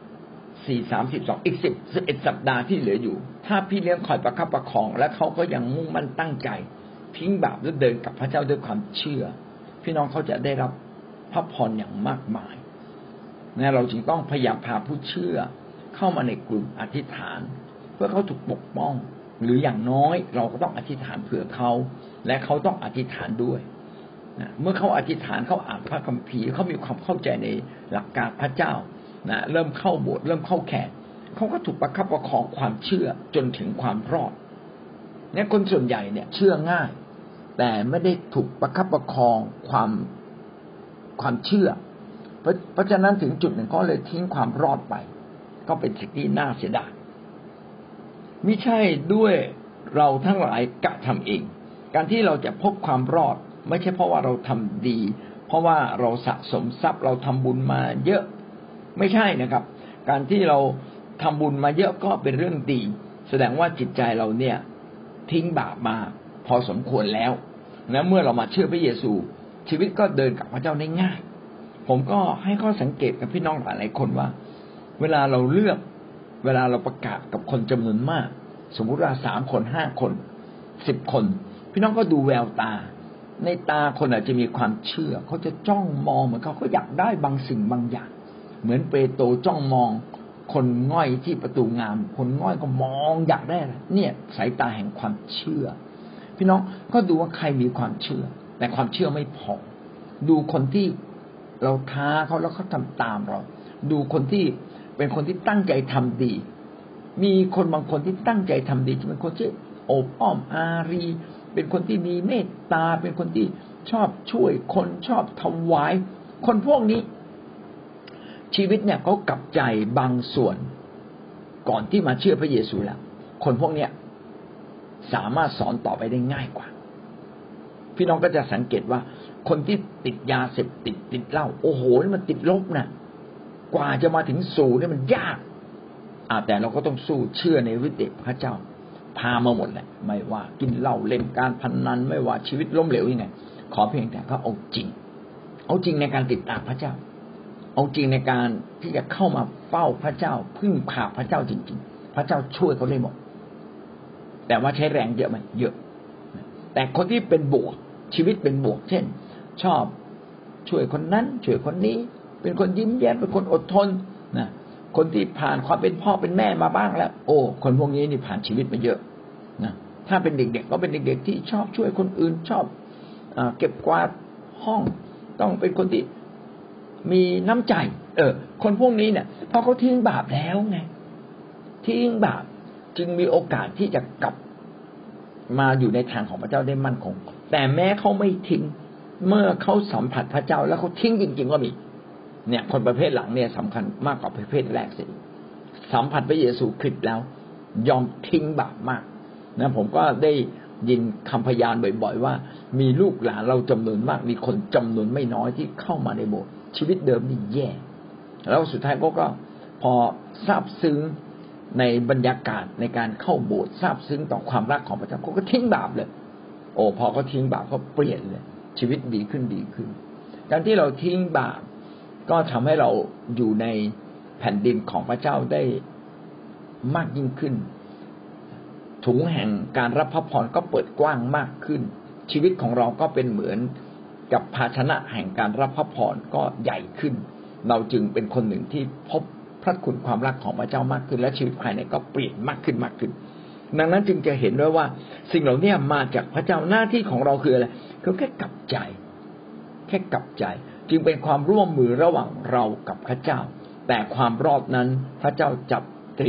4 32อีก11 สัปดาห์ที่เหลืออยู่ถ้าพี่เลี้ยงคอยประคับประคองและเขาก็ยังมุ่งมั่นตั้งใจทิ้งบาปและเดินกับพระเจ้าด้วยความเชื่อพี่น้องเขาจะได้รับพระพรอย่างมากมายนะเราจึงต้องพยายามพาผู้เชื่อเข้ามาในกลุ่มอธิษฐานเพื่อเขาถูกปกป้องหรืออย่างน้อยเราก็ต้องอธิษฐานเผื่อเขาและเขาต้องอธิษฐานด้วยนะเมื่อเขาอธิษฐานเขาอ่านพระคัมภีร์เขามีความเข้าใจในหลักการพระเจ้านะเริ่มเข้าโบสถ์เริ่มเข้าแขกเขาก็ถูกประคับประคองความเชื่อจนถึงความรอดเนี่ยคนส่วนใหญ่เนี่ยเชื่อง่ายแต่ไม่ได้ถูกประคับประคองความเชื่อเพราะฉะนั้นถึงจุดหนึ่งก็เลยทิ้งความรอดไปก็เป็นสิ่งที่น่าเสียดายมิใช่ด้วยเราทั้งหลายกะทำเองการที่เราจะพบความรอดไม่ใช่เพราะว่าเราทำดีเพราะว่าเราสะสมทรัพย์เราทำบุญมาเยอะไม่ใช่นะครับการที่เราทำบุญมาเยอะก็เป็นเรื่องดีแสดงว่าจิตใจเราเนี่ยทิ้งบาปมาพอสมควรแล้วนะเมื่อเรามาเชื่อพระเยซูชีวิตก็เดินกับพระเจ้าได้ง่ายผมก็ให้ข้อสังเกตกับพี่น้องหลายคนว่าเวลาเราประกาศกับคนจำนวนมากสมมุติว่า3 คน5 คน10 คนพี่น้องก็ดูแววตาในตาคนอาจจะมีความเชื่อเขาจะจ้องมองเหมือนเขาอยากได้บางสิ่งบางอย่างเหมือนเปโตรจ้องมองคนง่อยที่ประตูงามคนง่อยก็มองอยากได้เนี่ยสายตาแห่งความเชื่อพี่น้องก็ดูว่าใครมีความเชื่อแต่ความเชื่อไม่พอดูคนที่เราท้าเขาแล้วเขาทำตามเราดูคนที่เป็นคนที่ตั้งใจทำดีมีคนบางคนที่ตั้งใจทำดีจะเป็นคนที่โอบอ้อมอารีเป็นคนที่มีเมตตาเป็นคนที่ชอบช่วยคนชอบถวายคนพวกนี้ชีวิตเนี่ยเขากลับใจบางส่วนก่อนที่มาเชื่อพระเยซูแล้วคนพวกเนี้ยสามารถสอนต่อไปได้ง่ายกว่าพี่น้องก็จะสังเกตว่าคนที่ติดยาเสพติดติดเหล้าโอ้โหมันติดลบนะกว่าจะมาถึงศูนย์เนี่ยมันยากแต่เราก็ต้องสู้เชื่อในฤทธิ์เดชพระเจ้าพามาหมดแหละไม่ว่ากินเหล้าเล่นการพนันไม่ว่าชีวิตล้มเหลวยังไงขอเพียงแต่เขาเอาจริงในการติดตามพระเจ้าเอาจริงในการที่จะเข้ามาเฝ้าพระเจ้าพึ่งพาพระเจ้าจริงๆพระเจ้าช่วยเขาได้หมดแต่ว่าใช้แรงเยอะไหมเยอะแต่คนที่เป็นบวกชีวิตเป็นบวกเช่นชอบช่วยคนนั้นช่วยคนนี้เป็นคนยิ้มแย้มเป็นคนอดทนนะคนที่ผ่านความเป็นพ่อเป็นแม่มาบ้างแล้วโอ้คนพวกนี้นี่ผ่านชีวิตมาเยอะนะถ้าเป็นเด็กๆก็เป็นเด็กๆที่ชอบช่วยคนอื่นชอบเก็บกวาดห้องต้องเป็นคนที่มีน้ำใจคนพวกนี้เนี่ยพอเขาทิ้งบาปแล้วไงทิ้งบาปจึงมีโอกาสที่จะกลับมาอยู่ในทางของพระเจ้าได้มั่นคงแต่แม้เขาไม่ทิ้งเมื่อเขาสัมผัสพระเจ้าแล้วเขาทิ้งจริงๆก็มีเนี่ยคนประเภทหลังเนี่ยสำคัญมากกว่าประเภทแรกสิสัมผัสพระเยซูคริสต์แล้วยอมทิ้งบาปมากนะผมก็ได้ยินคำพยานบ่อยๆว่ามีลูกหลานเราจำนวนมากมีคนจำนวนไม่น้อยที่เข้ามาในโบสถ์ชีวิตเดิมนี่แย่แล้วสุดท้ายก็พอซาบซึ้งในบรรยากาศในการเข้าโบสถ์ซาบซึ้งต่อความรักของพระเจ้าก็ทิ้งบาปเลยโอ้พอเขาทิ้งบาปเขาเปลี่ยนเลยชีวิตดีขึ้นการที่เราทิ้งบาปก็ทำให้เราอยู่ในแผ่นดินของพระเจ้าได้มากยิ่งขึ้นถุงแห่งการรับพระพรก็เปิดกว้างมากขึ้นชีวิตของเราก็เป็นเหมือนกับภาชนะแห่งการรับพระพรก็ใหญ่ขึ้นเราจึงเป็นคนหนึ่งที่พบพระคุณความรักของพระเจ้ามากขึ้นและชีวิตภายในก็เปลี่ยนมากขึ้นดังนั้นจึงจะเห็นด้วยว่าสิ่งเหล่านี้มาจากพระเจ้าหน้าที่ของเราคืออะไรคือแค่กลับใจจึงเป็นความร่วมมือระหว่างเรากับพระเจ้าแต่ความรอดนั้นพระเจ้าจัดเตรียม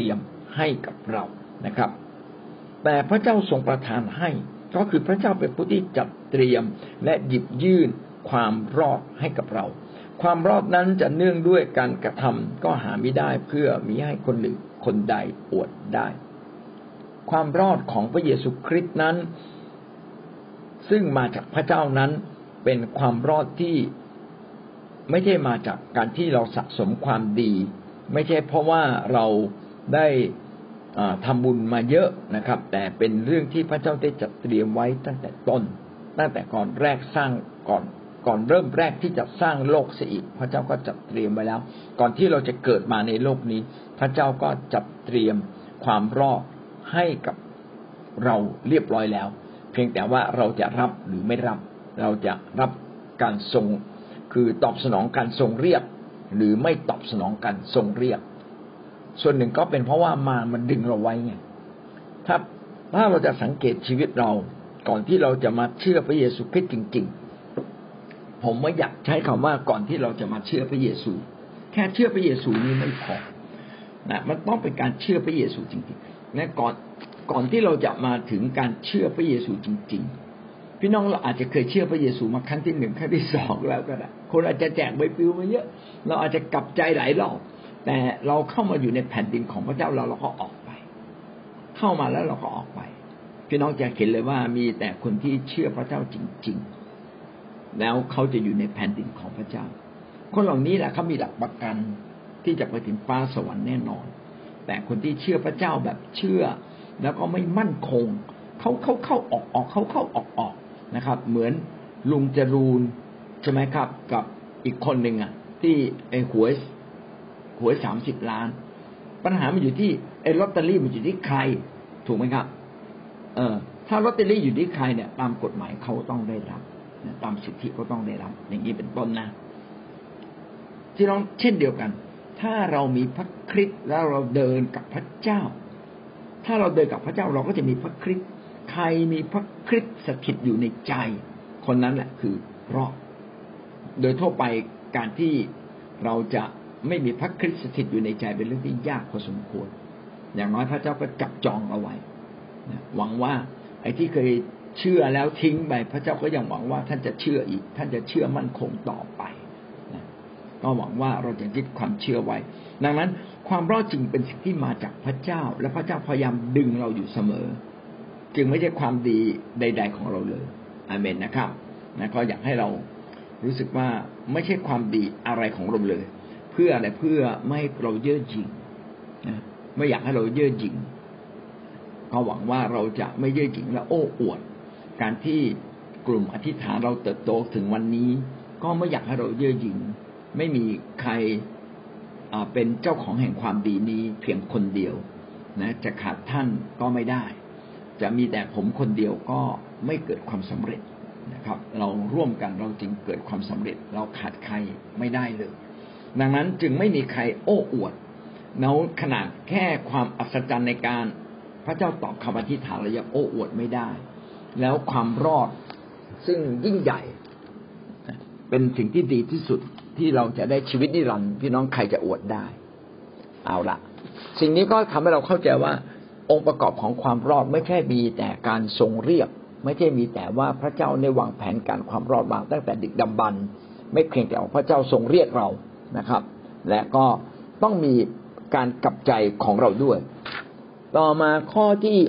ให้กับเรานะครับแต่พระเจ้าทรงประทานให้ก็คือพระเจ้าเป็นผู้ที่จัดเตรียมและหยิบยื่นความรอดให้กับเราความรอดนั้นจะเนื่องด้วยการกระทำก็หาไม่ได้เพื่อมิให้คนหนึ่งคนใดอวดได้ความรอดของพระเยซูคริสต์นั้นซึ่งมาจากพระเจ้านั้นเป็นความรอดที่ไม่ใช่มาจากการที่เราสะสมความดีไม่ใช่เพราะว่าเราได้ทำบุญมาเยอะนะครับแต่เป็นเรื่องที่พระเจ้าได้จัดเตรียมไว้ตั้งแต่ต้นตั้งแต่ก่อนแรกสร้างก่อนเริ่มแรกที่จะสร้างโลกเสียอีกพระเจ้าก็จัดเตรียมไว้แล้วก่อนที่เราจะเกิดมาในโลกนี้พระเจ้าก็จัดเตรียมความรอดให้กับเราเรียบร้อยแล้วเพียงแต่ว่าเราจะรับหรือไม่รับเราจะรับการทรงคือตอบสนองการทรงเรียกหรือไม่ตอบสนองการทรงเรียกส่วนหนึ่งก็เป็นเพราะว่ามันดึงเราไว้ไงถ้าเราจะสังเกตชีวิตเราก่อนที่เราจะมาเชื่อพระเยซูคริสต์จริงๆผมไม่อยากใช้คำว่าก่อนที่เราจะมาเชื่อพระเยซูแค่เชื่อพระเยซูนี่ไม่พอนะมันต้องเป็นการเชื่อพระเยซูจริงๆนะก่อนที่เราจะมาถึงการเชื่อพระเยซูจริงๆพี่น้องเราอาจจะเคยเชื่อพระเยซูมาครั้งที่1ครั้งที่2แล้วก็ได้คนอาจจะแจกใบปลิวมาเยอะเราอาจจะกลับใจหลายรอบแต่เราเข้ามาอยู่ในแผ่นดินของพระเจ้าเราก็ออกไปเข้ามาแล้วเราก็ออกไปพี่น้องจะเห็นเลยว่ามีแต่คนที่เชื่อพระเจ้าจริงๆแล้วเขาจะอยู่ในแผ่นดินของพระเจ้าคนเหล่านี้แหละเขามีหลักประกันที่จะไปถึงฟ้าสวรรค์แน่นอนแต่คนที่เชื่อพระเจ้าแบบเชื่อแล้วก็ไม่มั่นคงเขาเข้าออกเข้าออกนะครับเหมือนลุงจรูนใช่ไหมครับกับอีกคนหนึ่งที่ไอ้หวย30 ล้านปัญหามันอยู่ที่ไอ้ลอตเตอรี่มันอยู่ที่ใครถูกไหมครับถ้าลอตเตอรี่อยู่ที่ใครเนี่ยตามกฎหมายเขาต้องได้รับตามสิทธิก็ต้องได้รับอย่างนี้เป็นต้นนะที่น้องเช่นเดียวกันถ้าเรามีพระคริสต์แล้วเราเดินกับพระเจ้าถ้าเราเดินกับพระเจ้าเราก็จะมีพระคริสต์ใครมีพระคริสต์สถิตอยู่ในใจคนนั้นแหละคือรอดโดยทั่วไปการที่เราจะไม่มีพระคริสต์สถิตอยู่ในใจเป็นเรื่องที่ยากพอสมควรอย่างน้อยพระเจ้าก็จับจองเอาไว้หวังว่าไอ้ที่เคยเชื่อแล้วทิ้งไปพระเจ้าก็ยังหวังว่าท่านจะเชื่ออีกท่านจะเชื่อมั่นคงต่อไปก็หวังว่าเราจะยึดความเชื่อไว้ดังนั้นความรอดจริงเป็นสิ่งที่มาจากพระเจ้าและพระเจ้าพยายามดึงเราอยู่เสมอจึงไม่ใช่ความดีใดๆของเราเลยอาเมนนะครับก็อยากให้เรารู้สึกว่าไม่ใช่ความดีอะไรของเราเลยเพื่ออะไรเพื่อไม่ให้เราเย่อหยิ่งไม่อยากให้เราเย่อหยิ่งก็หวังว่าเราจะไม่เย่อหยิ่งและโอ้อวดการที่กลุ่มอธิษฐานเราเติบโตถึงวันนี้ก็ไม่อยากให้เราเย่อหยิ่งไม่มีใครเป็นเจ้าของแห่งความดีนี้เพียงคนเดียวนะจะขาดท่านก็ไม่ได้จะมีแต่ผมคนเดียวก็ไม่เกิดความสำเร็จนะครับเราร่วมกันเราจึงเกิดความสำเร็จเราขาดใครไม่ได้เลยดังนั้นจึงไม่มีใครโอ้อวดขนาดแค่ความอัศจรรย์ในการพระเจ้าตอบคำอธิษฐานเรายังโอ้อวดไม่ได้แล้วความรอดซึ่งยิ่งใหญ่เป็นสิ่งที่ดีที่สุดที่เราจะได้ชีวิตนิรันดร์พี่น้องใครจะอวดได้เอาละสิ่งนี้ก็ทำให้เราเข้าใจว่าองค์ประกอบของความรอดไม่ใช่มีแต่การทรงเรียกไม่ใช่มีแต่ว่าพระเจ้าได้วางแผนการความรอดมาตั้งแต่ดึกดำบรรพ์ไม่เพียงแต่ว่าพระเจ้าทรงเรียกเรานะครับและก็ต้องมีการกลับใจของเราด้วยต่อมาข้อที่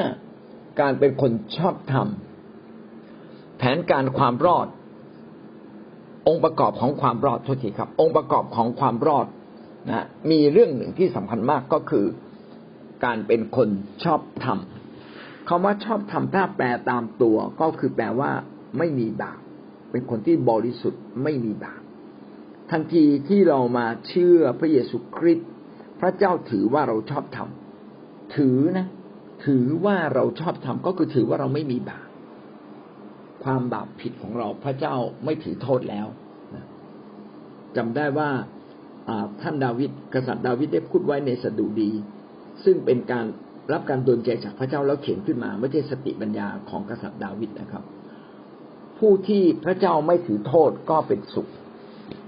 5การเป็นคนชอบธรรมแผนการความรอดองค์ประกอบของความรอดโทษทีครับองค์ประกอบของความรอดนะมีเรื่องหนึ่งที่สำคัญมากก็คือการเป็นคนชอบธรรมคำว่าชอบธรรมถ้าแปลตามตัวก็คือแปลว่าไม่มีบาปเป็นคนที่บริสุทธิ์ไม่มีบาปทันทีที่เรามาเชื่อพระเยซูคริสต์พระเจ้าถือว่าเราชอบธรรมถือว่าเราชอบธรรมก็คือถือว่าเราไม่มีบาปความบาปผิดของเราพระเจ้าไม่ถือโทษแล้วจำได้ว่าท่านดาวิดกษัตริย์ดาวิดได้พูดไว้ในสดุดีซึ่งเป็นการรับการดลใจจากพระเจ้าแล้วเขียนขึ้นมาไม่ใช่สติปัญญาของกษัตริย์ดาวิดนะครับผู้ที่พระเจ้าไม่ถือโทษก็เป็นสุข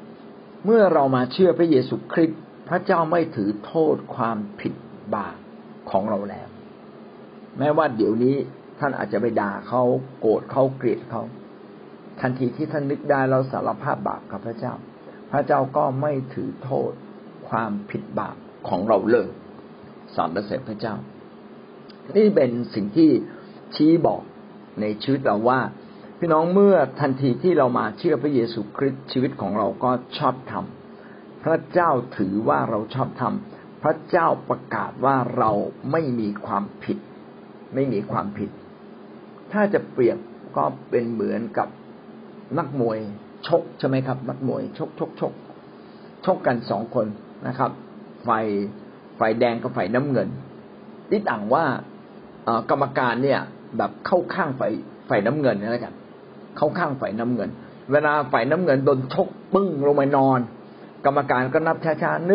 เมื่อเรามาเชื่อพระเยซูคริสต์พระเจ้าไม่ถือโทษความผิดบาปของเราแล้วแม้ว่าเดี๋ยวนี้ท่านอาจจะไปด่าเขาโกรธเขาเกลียดเขาทันทีที่ท่านนึกได้แล้วสารภาพบาปกับพระเจ้าพระเจ้าก็ไม่ถือโทษความผิดบาปของเราเลยสรรเสริญพระเจ้านี่เป็นสิ่งที่ชี้บอกในชีวิตเราว่าพี่น้องเมื่อทันทีที่เรามาเชื่อพระเยซูคริสต์ชีวิตของเราก็ชอบธรรมพระเจ้าถือว่าเราชอบธรรมพระเจ้าประกาศว่าเราไม่มีความผิดไม่มีความผิดถ้าจะเปรียบก็เป็นเหมือนกับนักมวยชกใช่ไหมครับนักมวยชกกัน2คนนะครับฝ่ายแดงกับฝ่ายน้ำเงินที่ต่างว่ากรรมการเนี่ยแบบเข้าข้างฝ่ายน้ำเงินนะกันเข้าข้างฝ่ายน้ำเงินเวลาฝ่ายน้ำเงินโดนชกปึ้งลงไปนอนกรรมการก็นับช้าๆ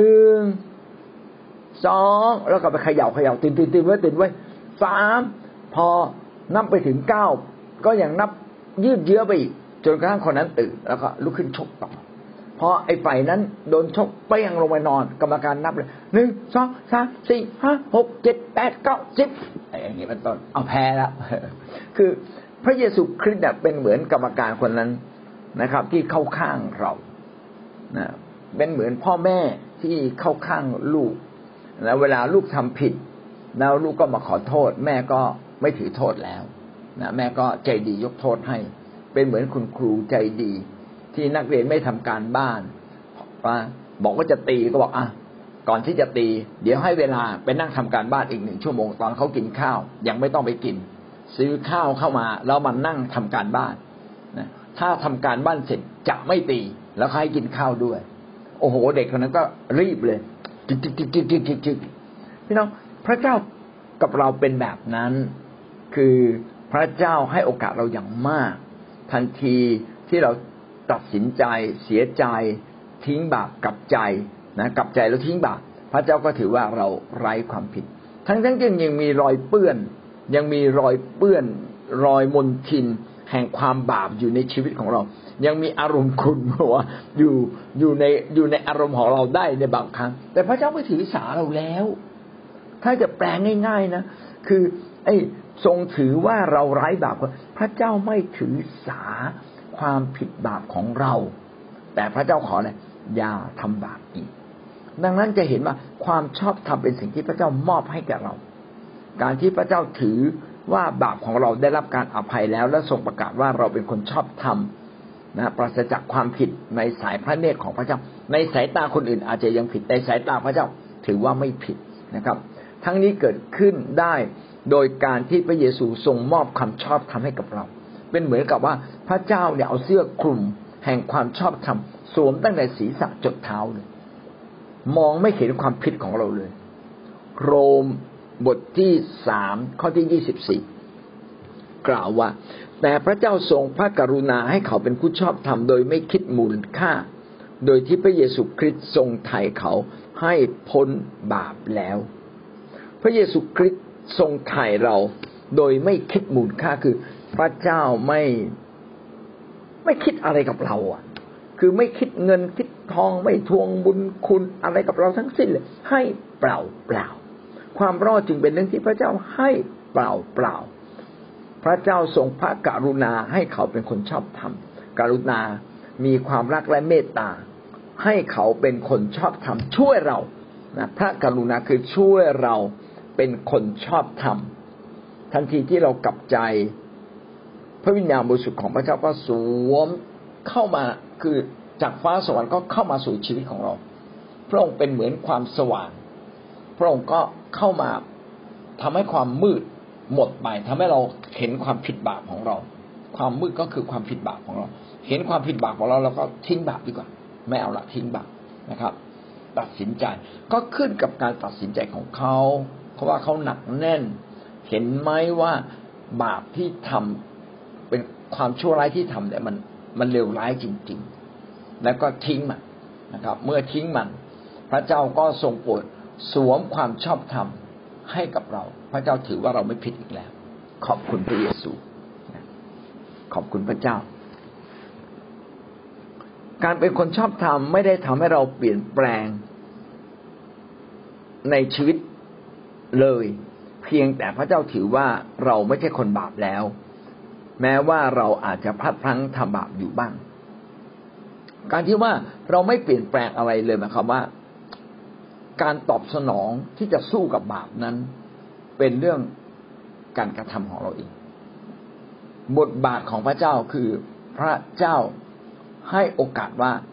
1 2แล้วก็ไปเขย่าตื่นไว้3พอนับไปถึง9ก็ยังนับยืดเยื้อไปอีกจนกระทั่งคนนั้นตื่นแล้วก็ลุกขึ้นชกต่อพอไอ้ฝ่ายนั้นโดนชกเปี้ยงลงไปนอนกรรมการนับเลย1 2 3 4 5 6 7 8 9 10อย่างนี้เป็นต้นเอาแพ้แล้วคือพระเยซูคริสต์เป็นเหมือนกรรมการคนนั้นนะครับที่เข้าข้างเรานะเป็นเหมือนพ่อแม่ที่เข้าข้างลูกแล้วเวลาลูกทำผิดแล้วลูกก็มาขอโทษแม่ก็ไม่ถือโทษแล้วนะแม่ก็ใจดียกโทษให้เป็นเหมือนคุณครูใจดีที่นักเรียนไม่ทำการบ้านบอกว่าจะตีก็บอกก่อนที่จะตีเดี๋ยวให้เวลาไปนั่งทำการบ้านอีก1 ชั่วโมงตอนเขากินข้าวยังไม่ต้องไปกินซื้อข้าวเข้ามาแล้วมานั่งทำการบ้านนะถ้าทำการบ้านเสร็จจะไม่ตีแล้วให้กินข้าวด้วยโอ้โหเด็กคนนั้นก็รีบเลยจิกพี่น้องพระเจ้ากับเราเป็นแบบนั้นคือพระเจ้าให้โอกาสเราอย่างมากทันทีที่เราตัดสินใจเสียใจทิ้งบาปกลับใจนะกลับใจแล้วทิ้งบาปพระเจ้าก็ถือว่าเราไร้ความผิดทั้งยังมีรอยเปื้อนยังมีรอยเปื้อนรอยมลทินแห่งความบาปอยู่ในชีวิตของเรายังมีอารมณ์ขุ่นมัวอยู่ในอารมณ์ของเราได้ในบางครั้งแต่พระเจ้าไม่ถือสาเราแล้วถ้าจะแปลง่ายๆนะคือทรงถือว่าเราไร้บาปพระเจ้าไม่ถือสาความผิดบาปของเราแต่พระเจ้าขอเลยอย่าทำบาปอีกดังนั้นจะเห็นว่าความชอบธรรมเป็นสิ่งที่พระเจ้ามอบให้แก่เราการที่พระเจ้าถือว่าบาปของเราได้รับการอภัยแล้วและทรงประกาศว่าเราเป็นคนชอบธรรมนะปราศจากความผิดในสายพระเนตรของพระเจ้าในสายตาคนอื่นอาจจะยังผิดในสายตาพระเจ้าถือว่าไม่ผิดนะครับทั้งนี้เกิดขึ้นได้โดยการที่พระเยซูทรงมอบความชอบธรรมให้กับเราเป็นเหมือนกับว่าพระเจ้าเนี่ยเอาเสื้อคลุมแห่งความชอบธรรมสวมตั้งแต่ศีรษะจดเท้าเลยมองไม่เห็นความผิดของเราเลยโรมบทที่3ข้อที่24กล่าวว่าแต่พระเจ้าทรงพระกรุณาให้เขาเป็นผู้ชอบธรรมโดยไม่คิดมูลค่าโดยที่พระเยซูคริสต์ทรงไถ่เขาให้พ้นบาปแล้วพระเยซูคริสต์ทรงไถ่เราโดยไม่คิดมูลค่าคือพระเจ้าไม่คิดอะไรกับเราคือไม่คิดเงินคิดทองไม่ทวงบุญคุณอะไรกับเราทั้งสิ้นเลยให้เปล่าความรอดจึงเป็นเรื่องที่พระเจ้าให้เปล่าพระเจ้าทรงพระกรุณาให้เขาเป็นคนชอบธรรมกรุณามีความรักและเมตตาให้เขาเป็นคนชอบธรรมช่วยเรานะพระกรุณาคือช่วยเราเป็นคนชอบธรรมทันทีที่เรากลับใจพระวิญญาณบริสุทธิ์ของพระเจ้าก็สวมเข้ามาคือจากฟ้าสวรรค์ก็เข้ามาสู่ชีวิตของเราพระองค์เป็นเหมือนความสว่างพระองค์ก็เข้ามาทำให้ความมืดหมดไปทำให้เราเห็นความผิดบาปของเราความมืดก็คือความผิดบาปของเราเห็นความผิดบาปของเราก็ทิ้งบาปดีกว่าไม่เอาละทิ้งบาปนะครับตัดสินใจก็ขึ้นกับการตัดสินใจของเขาเพราะว่าเขาหนักแน่นเห็นไหมว่าบาปที่ทำเป็นความชั่วร้ายที่ทำเนี่ยมันเลวร้ายจริงๆแล้วก็ทิ้งมันนะครับเมื่อทิ้งมันพระเจ้าก็ทรงโปรดสวมความชอบธรรมให้กับเราพระเจ้าถือว่าเราไม่ผิดอีกแล้วขอบคุณพระเยซูขอบคุณพระเจ้าการเป็นคนชอบธรรมไม่ได้ทำให้เราเปลี่ยนแปลงในชีวิตเลยเพียงแต่พระเจ้าถือว่าเราไม่ใช่คนบาปแล้วแม้ว่าเราอาจจะพลาดพลั้งทำบาปอยู่บ้างการที่ว่าเราไม่เปลี่ยนแปลงอะไรเลยหมายความว่าการตอบสนองที่จะสู้กับบาปนั้นเป็นเรื่องการกระทำของเราเองบทบาทของพระเจ้าคือพระเจ้าให้โอกาสว่า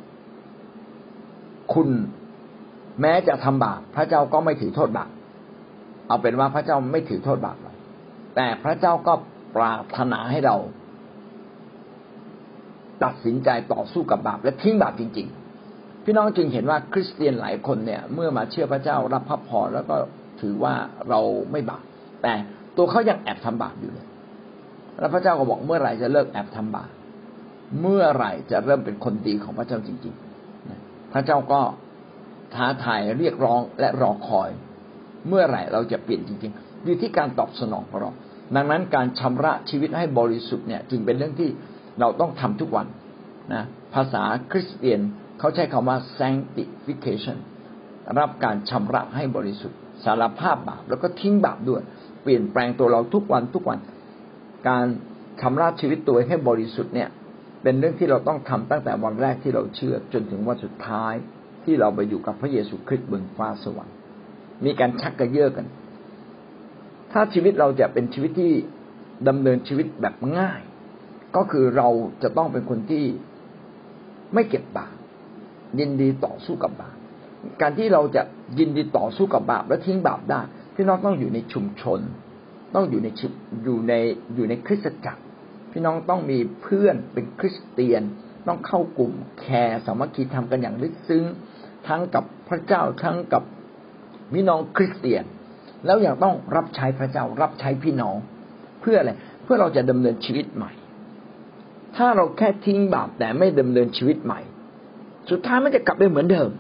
คุณแม้จะทำบาปพระเจ้าก็ไม่ถือโทษบาปเอาเป็นว่าพระเจ้าไม่ถือโทษบาปเลยแต่พระเจ้าก็ปรารถนาให้เราตัดสินใจต่อสู้กับบาปและทิ้งบาปจริงๆพี่น้องจึงเห็นว่าคริสเตียนหลายคนเนี่ยเมื่อมาเชื่อพระเจ้ารับพระพรแล้วก็ถือว่าเราไม่บาปแต่ตัวเขายังแอบทำบาปอยู่เลยแล้วพระเจ้าก็บอกเมื่อไหร่จะเลิกแอบทำบาปเมื่อไหร่จะเริ่มเป็นคนดีของพระเจ้าจริงๆพระเจ้าก็ท้าทายเรียกร้องและรอคอยเมื่อไหร่เราจะเปลี่ยนจริงๆอยู่ที่การตอบสนองของเราดังนั้นการชำระชีวิตให้บริสุทธิ์เนี่ยจึงเป็นเรื่องที่เราต้องทำทุกวันนะภาษาคริสเตียนเขาใช้คำว่า sanctification รับการชำระให้บริสุทธิ์สารภาพบาปแล้วก็ทิ้งบาปด้วยเปลี่ยนแปลงตัวเราทุกวันการชำระชีวิตตัวให้บริสุทธิ์เนี่ยเป็นเรื่องที่เราต้องทำตั้งแต่วันแรกที่เราเชื่อจนถึงวันสุดท้ายที่เราไปอยู่กับพระเยซูคริสต์บนฟ้าสวรรค์มีการชักกระเยาะกันถ้าชีวิตเราจะเป็นชีวิตที่ดำเนินชีวิตแบบง่ายก็คือเราจะต้องเป็นคนที่ไม่เก็บบาปยินดีต่อสู้กับบาปการที่เราจะยินดีต่อสู้กับบาปและทิ้งบาปได้พี่น้องต้องอยู่ในชุมชนต้องอยู่ในคริสตจักรพี่น้องต้องมีเพื่อนเป็นคริสเตียนต้องเข้ากลุ่มแคร์สามัคคีทำกันอย่างลึกซึ้งทั้งกับพระเจ้าทั้งกับพี่น้องคริสเตียนแล้วยังต้องรับใช้พระเจ้ารับใช้พี่น้องเพื่ออะไรเพื่อเราจะดำเนินชีวิตใหม่ถ้าเราแค่ทิ้งบาปแต่ไม่ดำเนินชีวิตใหม่สุดท้ายมันจะกลับไปเหมือนเดิม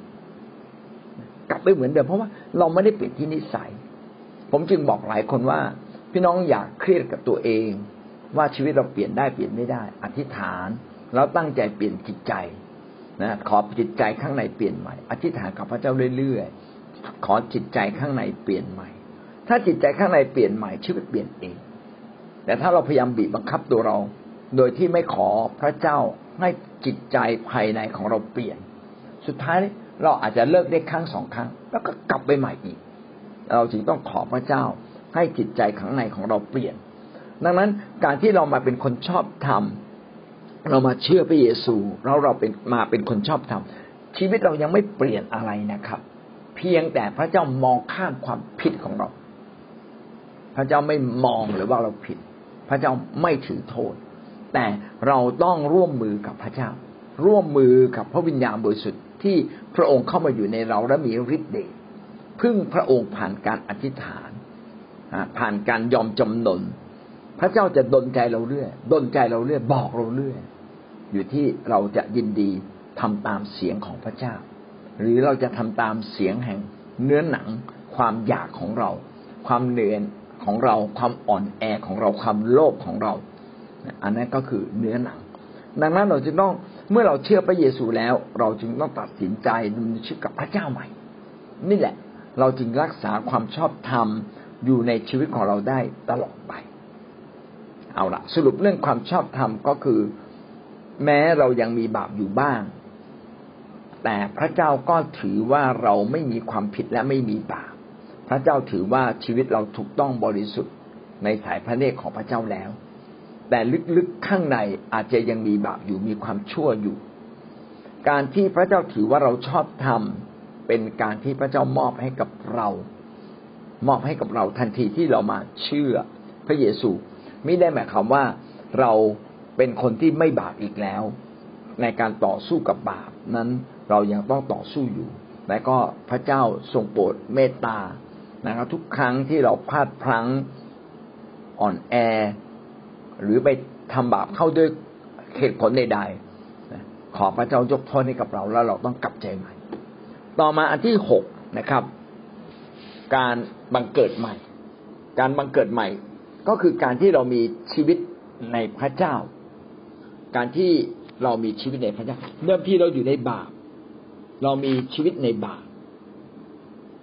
เพราะว่าเราไม่ได้เปลี่ยนที่นิสัยผมจึงบอกหลายคนว่าพี่น้องอย่าเครียดกับตัวเองว่าชีวิตเราเปลี่ยนได้เปลี่ยนไม่ได้อธิษฐานแล้วตั้งใจเปลี่ยนจิตใจนะขอจิตใจข้างในเปลี่ยนใหม่อธิษฐานกับพระเจ้าเรื่อยๆขอจิตใจข้างในเปลี่ยนใหม่ถ้าจิตใจข้างในเปลี่ยนใหม่ชีวิตเปลี่ยนเองแต่ถ้าเราพยายามบีบบังคับตัวเราโดยที่ไม่ขอพระเจ้าให้จิตใจภายในของเราเปลี่ยนสุดท้ายเราอาจจะเลิกได้ครั้งสองครั้งแล้วก็กลับไปใหม่อีกเราจึงต้องขอพระเจ้าให้จิตใจข้างในของเราเปลี่ยนดังนั้นการที่เรามาเป็นคนชอบธรรมเรามาเชื่อพระเยซูแล้วเราเป็นคนชอบธรรมชีวิตเรายังไม่เปลี่ยนอะไรนะครับเพียงแต่พระเจ้ามองข้ามความผิดของเราพระเจ้าไม่มองหรือว่าเราผิดพระเจ้าไม่ถือโทษแต่เราต้องร่วมมือกับพระเจ้าร่วมมือกับพระวิญญาณบริสุทธิ์ที่พระองค์เข้ามาอยู่ในเราและมีฤทธิ์เดชพึ่งพระองค์ผ่านการอธิษฐานผ่านการยอมจำนนพระเจ้าจะดลใจเราเรื่อยบอกเราเรื่อยอยู่ที่เราจะยินดีทำตามเสียงของพระเจ้าหรือเราจะทำตามเสียงแห่งเนื้อหนังความอยากของเราความเหนื่อยของเราความอ่อนแอของเราความโลภของเราอันนั้นก็คือเนื้อหนังดังนั้นเราจึงต้องเมื่อเราเชื่อพระเยซูแล้วเราจึงต้องตัดสินใจดำเนินชีวิตกับพระเจ้าใหม่นี่แหละเราจึงรักษาความชอบธรรมอยู่ในชีวิตของเราได้ตลอดไปเอาล่ะสรุปเรื่องความชอบธรรมก็คือแม้เรายังมีบาปอยู่บ้างแต่พระเจ้าก็ถือว่าเราไม่มีความผิดและไม่มีบาปพระเจ้าถือว่าชีวิตเราถูกต้องบริสุทธิ์ในสายพระเนตรของพระเจ้าแล้วแต่ลึกๆข้างในอาจจะยังมีบาปอยู่มีความชั่วอยู่การที่พระเจ้าถือว่าเราชอบธรรมเป็นการที่พระเจ้ามอบให้กับเราทันทีที่เรามาเชื่อพระเยซูไม่ได้หมายความว่าเราเป็นคนที่ไม่บาปอีกแล้วในการต่อสู้กับบาปนั้นเรายังต้องต่อสู้อยู่และก็พระเจ้าทรงโปรดเมตตานะครับทุกครั้งที่เราพลาดพลั้งอ่อนแอหรือไปทำบาปเข้าด้วยเหตุผลใดๆขอพระเจ้ายกโทษให้กับเราแล้วเราต้องกลับใจใหม่ต่อมาอันที่6นะครับการบังเกิดใหม่การบังเกิดใหม่ก็คือการที่เรามีชีวิตในพระเจ้าการที่เรามีชีวิตในพระเจ้าเดิมที่เราอยู่ในบาปเรามีชีวิตในบาป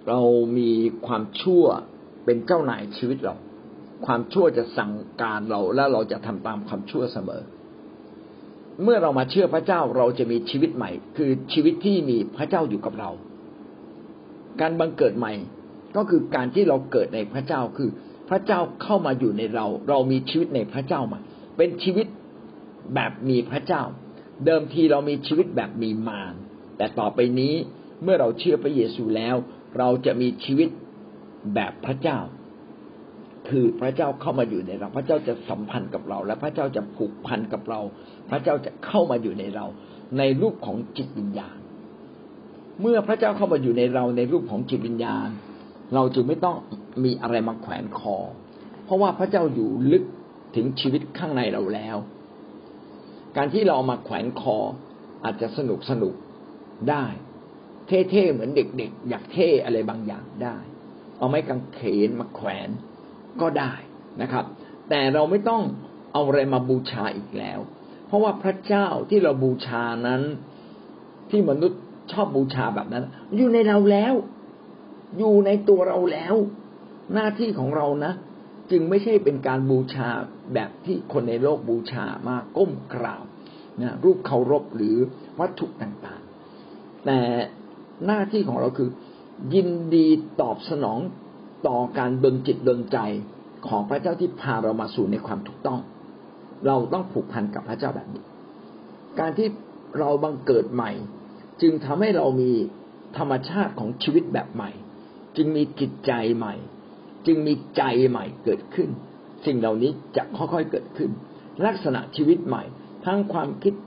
เรามีความชั่วเป็นเจ้านายชีวิตเราความชั่วจะสั่งการเราและเราจะทำตามความชั่วเสมอเมื่อเรามาเชื่อพระเจ้าเราจะมีชีวิตใหม่คือชีวิตที่มีพระเจ้าอยู่กับเราการบังเกิดใหม่ก็คือการที่เราเกิดในพระเจ้าคือพระเจ้าเข้ามาอยู่ในเราเรามีชีวิตในพระเจ้าใหม่เป็นชีวิตแบบมีพระเจ้าเดิมทีเรามีชีวิตแบบมีมารแต่ต่อไปนี้เมื่อเราเชื่อพระเยซูแล้วเราจะมีชีวิตแบบพระเจ้าคือพระเจ้าเข้ามาอยู่ในเราพระเจ้าจะสัมพันธ์กับเราและพระเจ้าจะผูกพันกับเราพระเจ้าจะเข้ามาอยู่ในเราในรูปของจิตวิญญาณเมื่อพระเจ้าเข้ามาอยู่ในเราในรูปของจิตวิญญาณเราจึงไม่ต้องมีอะไรมาแขวนคอเพราะว่าพระเจ้าอยู่ลึกถึงชีวิตข้างในเราแล้วการที่เรามาแขวนคออาจจะสนุกได้เท่ๆเหมือนเด็กๆอยากเท่อะไรบางอย่างได้เอาไม้กางเขนมาแขวนก็ได้นะครับแต่เราไม่ต้องเอาอะไรมาบูชาอีกแล้วเพราะว่าพระเจ้าที่เราบูชานั้นที่มนุษย์ชอบบูชาแบบนั้นอยู่ในเราแล้วอยู่ในตัวเราแล้วหน้าที่ของเรานะจึงไม่ใช่เป็นการบูชาแบบที่คนในโลกบูชามาก้มกราบนะรูปเคารพหรือวัตถุต่างๆแต่หน้าที่ของเราคือยินดีตอบสนองต่อการดลจิตดลใจของพระเจ้าที่พาเรามาสู่ในความถูกต้องเราต้องผูกพันกับพระเจ้าแบบนี้การที่เราบังเกิดใหม่จึงทำให้เรามีธรรมชาติของชีวิตแบบใหม่จึงมีจิตใจใหม่จึงมีใจใหม่เกิดขึ้นสิ่งเหล่านี้จะค่อยๆเกิดขึ้นลักษณะชีวิตใหม่ทั้งความ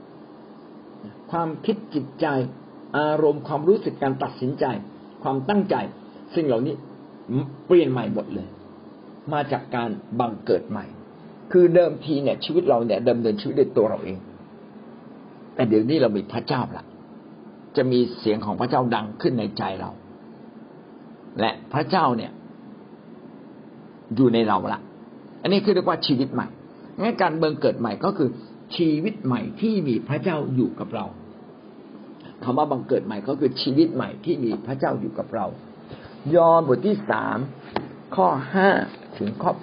คิดจิตใจอารมณ์ความรู้สึกการตัดสินใจความตั้งใจสิ่งเหล่านี้เปลี่ยนใหม่หมดเลยมาจากการบังเกิดใหม่คือเดิมทีเนี่ยชีวิตเราเนี่ยดำเนินชีวิตด้วยตัวเราเองแต่เดี๋ยวนี้เรามีพระเจ้าละจะมีเสียงของพระเจ้าดังขึ้นในใจเราและพระเจ้าเนี่ยอยู่ในเราละอันนี้คือเรียกว่าชีวิตใหม่งั้นการบังเกิดใหม่ก็คือชีวิตใหม่ที่มีพระเจ้าอยู่กับเราคำว่าบังเกิดใหม่ก็คือชีวิตใหม่ที่มีพระเจ้าอยู่กับเรายอห์นบทที่3ข้อ5ถึงข้อ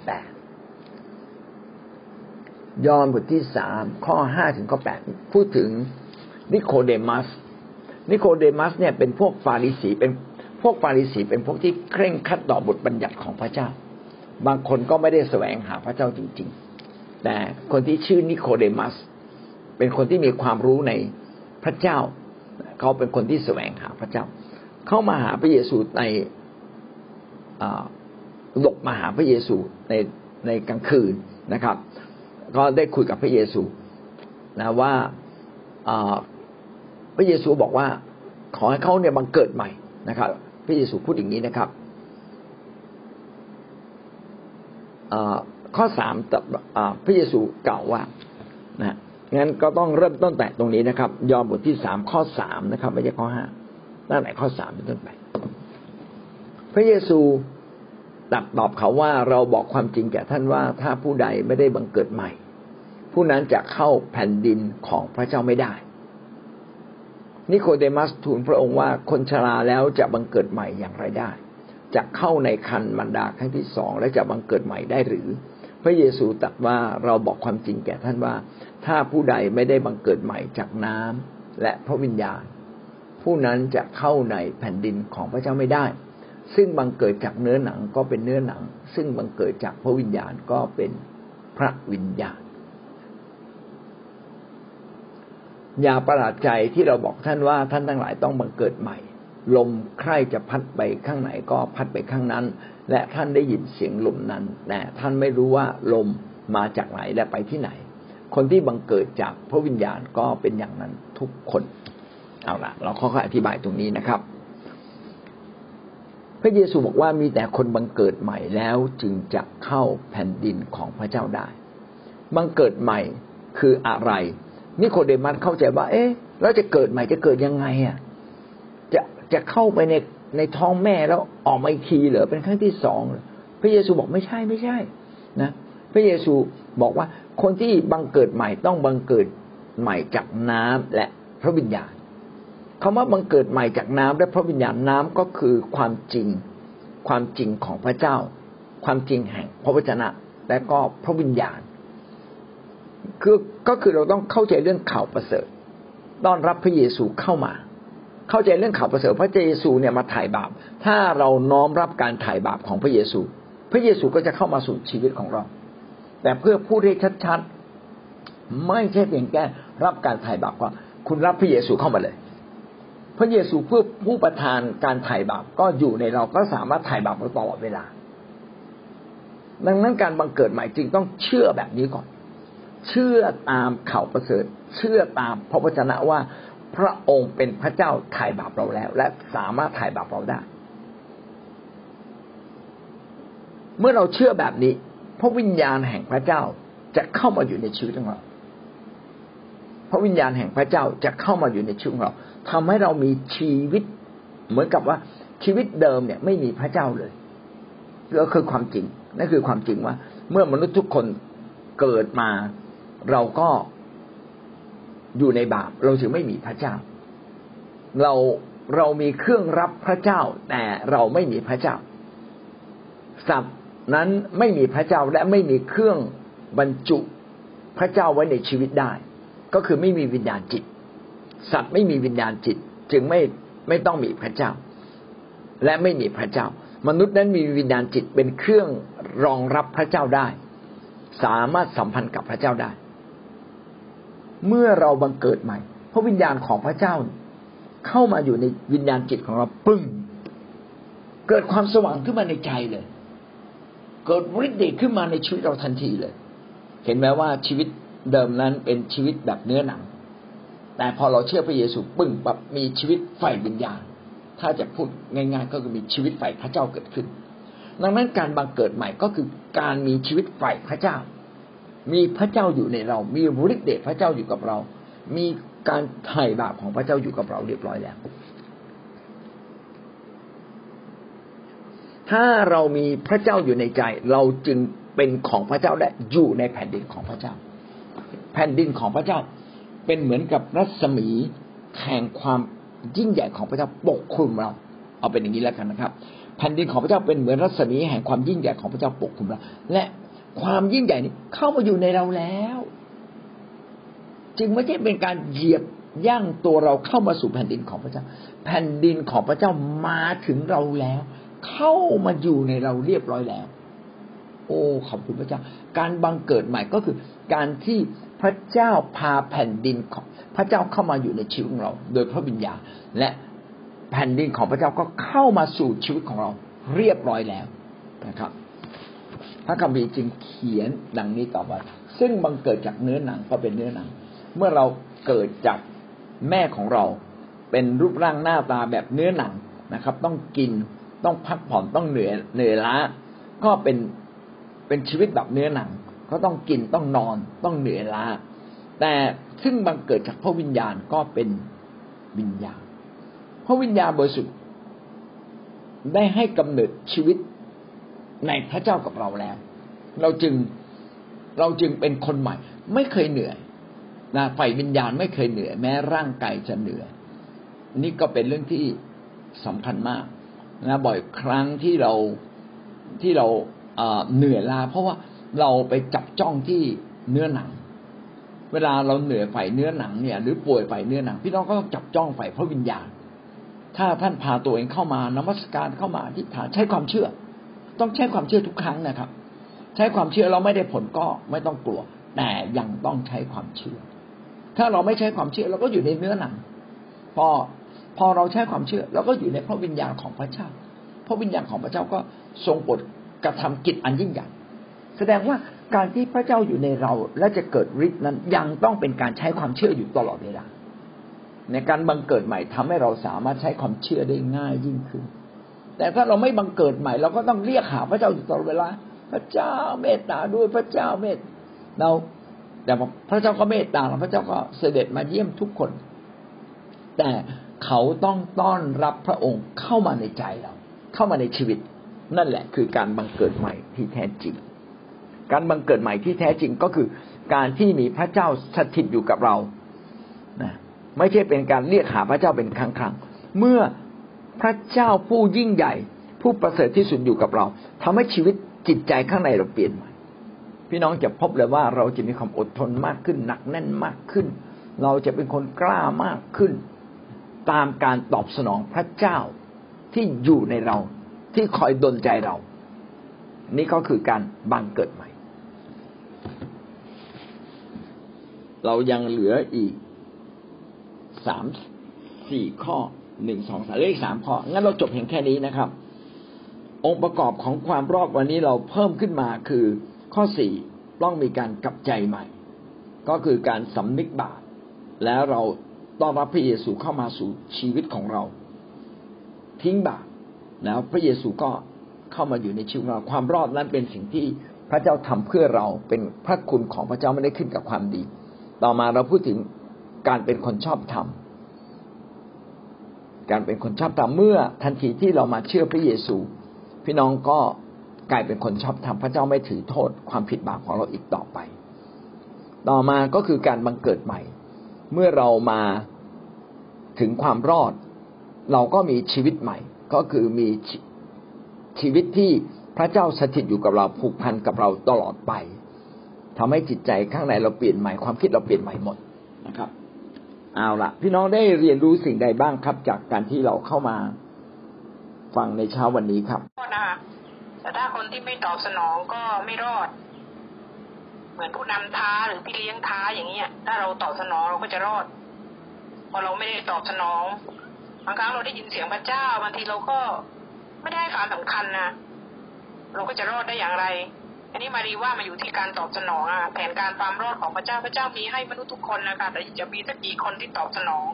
8ยอห์นบทที่3ข้อ5ถึงข้อ8พูดถึงนิโคเดมัสเนี่ยเป็นพวกฟาริสีเป็นพวกที่เคร่งครัดต่อบทบัญญัติของพระเจ้าบางคนก็ไม่ได้แสวงหาพระเจ้าจริงๆแต่คนที่ชื่อนิโคเดมัสเป็นคนที่มีความรู้ในพระเจ้าเขาเป็นคนที่แสวงหาพระเจ้าเข้ามาหาพระเยซูหลบมาหาพระเยซูในกลางคืนนะครับก็ได้คุยกับพระเยซูนะว่าพระเยซูบอกว่าขอให้เขาเนี่ยบังเกิดใหม่นะครับพระเยซูพูดอย่างนี้นะครับข้อ3พระเยซูกล่าวว่านะงั้นก็ต้องเริ่มต้นแต่ตรงนี้นะครับยอห์นบทที่3ข้อ3นะครับไม่ใช่ข้อ5ตั้งแต่ข้อ3เป็นต้นไปพระเยซูตอบเขาว่าเราบอกความจริงแก่ท่านว่าถ้าผู้ใดไม่ได้บังเกิดใหม่ผู้นั้นจะเข้าแผ่นดินของพระเจ้าไม่ได้นิโคเดมัสทูลพระองค์ว่าคนชราแล้วจะบังเกิดใหม่อย่างไรได้จะเข้าในครรภ์มารดาครั้งที่2และจะบังเกิดใหม่ได้หรือพระเยซูตรัสว่าเราบอกความจริงแก่ท่านว่าถ้าผู้ใดไม่ได้บังเกิดใหม่จากน้ำและพระวิญญาณผู้นั้นจะเข้าในแผ่นดินของพระเจ้าไม่ได้ซึ่งบังเกิดจากเนื้อหนังก็เป็นเนื้อหนังซึ่งบังเกิดจากพระวิญญาณก็เป็นพระวิญญาณอย่าประหลาดใจที่เราบอกท่านว่าท่านทั้งหลายต้องบังเกิดใหม่ลมใคร่จะพัดไปข้างไหนก็พัดไปข้างนั้นและท่านได้ยินเสียงลมนั้นแต่ท่านไม่รู้ว่าลมมาจากไหนและไปที่ไหนคนที่บังเกิดจากพระวิญญาณก็เป็นอย่างนั้นทุกคนเอาล่ะเราค่อยๆอธิบายตรงนี้นะครับพระเยซูบอกว่ามีแต่คนบังเกิดใหม่แล้วจึงจะเข้าแผ่นดินของพระเจ้าได้บังเกิดใหม่คืออะไรนิโคเดมัสเข้าใจว่าแล้วจะเกิดใหม่จะเกิดยังไงจะเข้าไปในท้องแม่แล้วออกมาอีกทีเหรอเป็นครั้งที่2พระเยซูบอกไม่ใช่นะพระเยซูบอกว่าคนที่บังเกิดใหม่ต้องบังเกิดใหม่จากน้ำและพระวิญญาณคำว่าบังเกิดใหม่จากน้ำและพระวิญญาณน้ำก็คือความจริงของพระเจ้าความจริงแห่งพระวจนะและก็พระวิญญาณก็คือเราต้องเข้าใจเรื่องข่าวประเสริฐต้อนรับพระเยซูเข้ามาเข้าใจเรื่องข่าวประเสริฐพระเยซูเนี่ยมาไถ่บาปถ้าเราน้อมรับการไถ่บาปของพระเยซูพระเยซูก็จะเข้ามาสู่ชีวิตของเราแต่เพื่อพูดให้ชัดๆไม่ใช่เพียงแค่รับการไถ่บาปว่าคุณรับพระเยซูเข้ามาเลยพระเยซูเพื่อผู้ประทานการไถ่บาปก็อยู่ในเราก็สามารถไถ่บาปเราตลอดเวลาดังนั้นการบังเกิดใหม่จึงต้องเชื่อแบบนี้ก่อนเชื่อตามข่าวประเสริฐเชื่อตามพระวจนะว่าพระองค์เป็นพระเจ้าไถ่บาปเราแล้วและสามารถไถ่บาปเราได้เมื่อเราเชื่อแบบนี้พระวิญญาณแห่งพระเจ้าจะเข้ามาอยู่ในชีวิตของเราพระวิญญาณแห่งพระเจ้าจะเข้ามาอยู่ในชีวิตของเราทำให้เรามีชีวิตเหมือนกับว่าชีวิตเดิมเนี่ยไม่มีพระเจ้าเลยก็คือความจริงนั่นคือความจริงว่าเมื่อมนุษย์ทุกคนเกิดมาเราก็อยู่ในบาปเราถึงไม่มีพระเจ้าเรามีเครื่องรับพระเจ้าแต่เราไม่มีพระเจ้าสัตว์นั้นไม่มีพระเจ้าและไม่มีเครื่องบรรจุพระเจ้าไว้ในชีวิตได้ก็คือไม่มีวิญญาณจิตสัตว์ไม่มีวิญญาณจิตจึงไม่ต้องมีพระเจ้าและไม่มีพระเจ้ามนุษย์นั้นมีวิญญาณจิตเป็นเครื่องรองรับพระเจ้าได้สามารถสัมพันธ์กับพระเจ้าได้เมื่อเราบังเกิดใหม่พระวิญญาณของพระเจ้าเข้ามาอยู่ในวิญญาณจิตของเราปึ้งเกิดความสว่างขึ้นมาในใจเลยเกิดฤทธิ์เดชขึ้นมาในชีวิตเราทันทีเลยเห็นไหมว่าชีวิตเดิมนั้นเป็นชีวิตแบบเนื้อหนังแต่พอเราเชื่อพระเยซูปึ้งแบบมีชีวิตฝ่ายวิญญาณถ้าจะพูดง่ายๆก็คือมีชีวิตฝ่ายพระเจ้าเกิดขึ้นดังนั้นการบังเกิดใหม่ก็คือการมีชีวิตฝ่ายพระเจ้ามีพระเจ้าอยู่ในเรามีฤทธิ์เดชพระเจ้าอยู่กับเรามีการไถ่บาปของพระเจ้าอยู่กับเราเรียบร้อยแล้วถ้าเรามีพระเจ้าอยู่ในใจเราจึงเป็นของพระเจ้าและอยู่ในแผ่นดินของพระเจ้าแผ่นดินของพระเจ้าเป็นเหมือนกับรัศมีแห่งความยิ่งใหญ่ของพระเจ้าปกคลุมเราเอาเป็นอย่างนี้แล้วกันนะครับแผ่นดินของพระเจ้าเป็นเหมือนรัศมีแห่งความยิ่งใหญ่ของพระเจ้าปกคลุมเราและความยิ่งใหญ่นี้เข้ามาอยู่ในเราแล้วจึงไม่ใช่เป็นการเหยียบย่างตัวเราเข้ามาสู่แผ่นดินของพระเจ้าแผ่นดินของพระเจ้ามาถึงเราแล้วเข้ามาอยู่ในเราเรียบร้อยแล้วโอ้ขอบคุณพระเจ้าการบังเกิดใหม่ก็คือการที่พระเจ้าพาแผ่นดินของพระเจ้าเข้ามาอยู่ในชีวิตของเราโดยพระวิญญาณและแผ่นดินของพระเจ้าก็เข้ามาสู่ชีวิตของเราเรียบร้อยแล้วนะครับพระคัมภีร์จึงเขียนดังนี้ต่อไปซึ่งบังเกิดจากเนื้อหนังก็เป็นเนื้อหนังเมื่อเราเกิดจากแม่ของเราเป็นรูปร่างหน้าตาแบบเนื้อหนังนะครับต้องกินต้องพักผ่อนต้องเหนื่อยล้าก็เป็นชีวิตแบบเนื้อหนังก็ต้องกินต้องนอนต้องเหนื่อยล้าแต่ซึ่งบังเกิดจากพระวิญญาณก็เป็นวิญญาณพระวิญญาณบริสุทธิ์ได้ให้กำเนิดชีวิตในพระเจ้ากับเราแล้วเราจึงเป็นคนใหม่ไม่เคยเหนื่อยนะฝ่ายวิญญาณไม่เคยเหนื่อยแม้ร่างกายจะเหนื่อยนี่ก็เป็นเรื่องที่สำคัญมากนะบ่อยครั้งที่เราเหนื่อยล้าเพราะว่าเราไปจับจ้องที่เนื้อหนังเวลาเราเหนื่อยฝ่ายเนื้อหนังเนี่ยหรือป่วยฝ่ายเนื้อหนังพี่น้องก็ต้องจับจ้องฝ่ายพระวิญญาณถ้าท่านพาตัวเองเข้ามานมัสการเข้ามาอธิษฐานใช้ความเชื่อต้องใช้ความเชื่อทุกครั้งนะครับใช้ความเชื่อเราไม่ได้ผลก็ไม่ต้องกลัวแต่ยังต้องใช้ความเชื่อถ้าเราไม่ใช้ความเชื่อเราก็อยู่ในเนื้อหนังพอเราใช้ความเชื่อเราก็อยู่ในพระวิญญาณของพระเจ้าพระวิญญาณของพระเจ้าก็ทรงโปรดกระทำกิจอันยิ่งใหญ่แสดงว่าการที่พระเจ้าอยู่ในเราและจะเกิดฤทธิ์นั้นยังต้องเป็นการใช้ความเชื่ออยู่ตลอดเวลาในการบังเกิดใหม่ทำให้เราสามารถใช้ความเชื่อได้ง่ายยิ่งขึ้นแต่ถ้าเราไม่บังเกิดใหม่เราก็ต้องเรียกหาพระเจ้าอยู่ตลอดเวลาพระเจ้าเมตตาด้วยพระเจ้าเมตเราแต่พระเจ้าก็เมตตาเราพระเจ้าก็เสด็จมาเยี่ยมทุกคนแต่เขาต้องต้อนรับพระองค์เข้ามาในใจเราเข้ามาในชีวิตนั่นแหละคือการบังเกิดใหม่ที่แท้จริงการบังเกิดใหม่ที่แท้จริงก็คือการที่มีพระเจ้าสถิตอยู่กับเรานะไม่ใช่เป็นการเรียกหาพระเจ้าเป็นครั้งๆเมื่อพระเจ้าผู้ยิ่งใหญ่ผู้ประเสริฐที่สุดอยู่กับเราทำให้ชีวิตจิตใจข้างในเราเปลี่ยนใหม่พี่น้องจะพบเลยว่าเราจะมีความอดทนมากขึ้นหนักแน่นมากขึ้นเราจะเป็นคนกล้ามากขึ้นตามการตอบสนองพระเจ้าที่อยู่ในเราที่คอยดลใจเรานี่ก็คือการบังเกิดใหม่เรายังเหลืออีก3-4 ข้อ1 2 3เลข3ข้องั้นเราจบเพียงแค่นี้นะครับองค์ประกอบของความรอดวันนี้เราเพิ่มขึ้นมาคือข้อ4ต้องมีการกลับใจใหม่ก็คือการสำนึกบาปแล้วเราต้อนรับพระเยซูเข้ามาสู่ชีวิตของเราทิ้งบาปแล้วพระเยซูก็เข้ามาอยู่ในชีวิตเราความรอดนั้นเป็นสิ่งที่พระเจ้าทำเพื่อเราเป็นพระคุณของพระเจ้าไม่ได้ขึ้นกับความดีต่อมาเราพูดถึงการเป็นคนชอบธรรมการเป็นคนชอบธรรมเมื่อทันทีที่เรามาเชื่อพระเยซูพี่น้องก็กลายเป็นคนชอบธรรมพระเจ้าไม่ถือโทษความผิดบาปของเราอีกต่อไปต่อมาก็คือการบังเกิดใหม่เมื่อเรามาถึงความรอดเราก็มีชีวิตใหม่ก็คือมีชีวิตที่พระเจ้าสถิตอยู่กับเราผูกพันกับเราตลอดไปทำให้จิตใจข้างในเราเปลี่ยนใหม่ความคิดเราเปลี่ยนใหม่หมดนะครับเอาล่ะพี่น้องได้เรียนรู้สิ่งใดบ้างครับจากการที่เราเข้ามาฟังในเช้าวันนี้ครับแต่ถ้าคนที่ไม่ตอบสนองก็ไม่รอดเหมือนผู้นำท้าหรือพี่เลี้ยงท้าอย่างเงี้ยถ้าเราตอบสนองเราก็จะรอดพอเราไม่ได้ตอบสนองบางครั้งเราได้ยินเสียงพระเจ้าบางทีเราก็ไม่ได้ให้ความสำคัญนะเราก็จะรอดได้อย่างไรอันนี้มารีว่ามาอยู่ที่การตอบสนองแผนการความรอดของพระเจ้ามีให้มนุษย์ทุกคนนะคะแต่จะมีสักกี่คนที่ตอบสนอง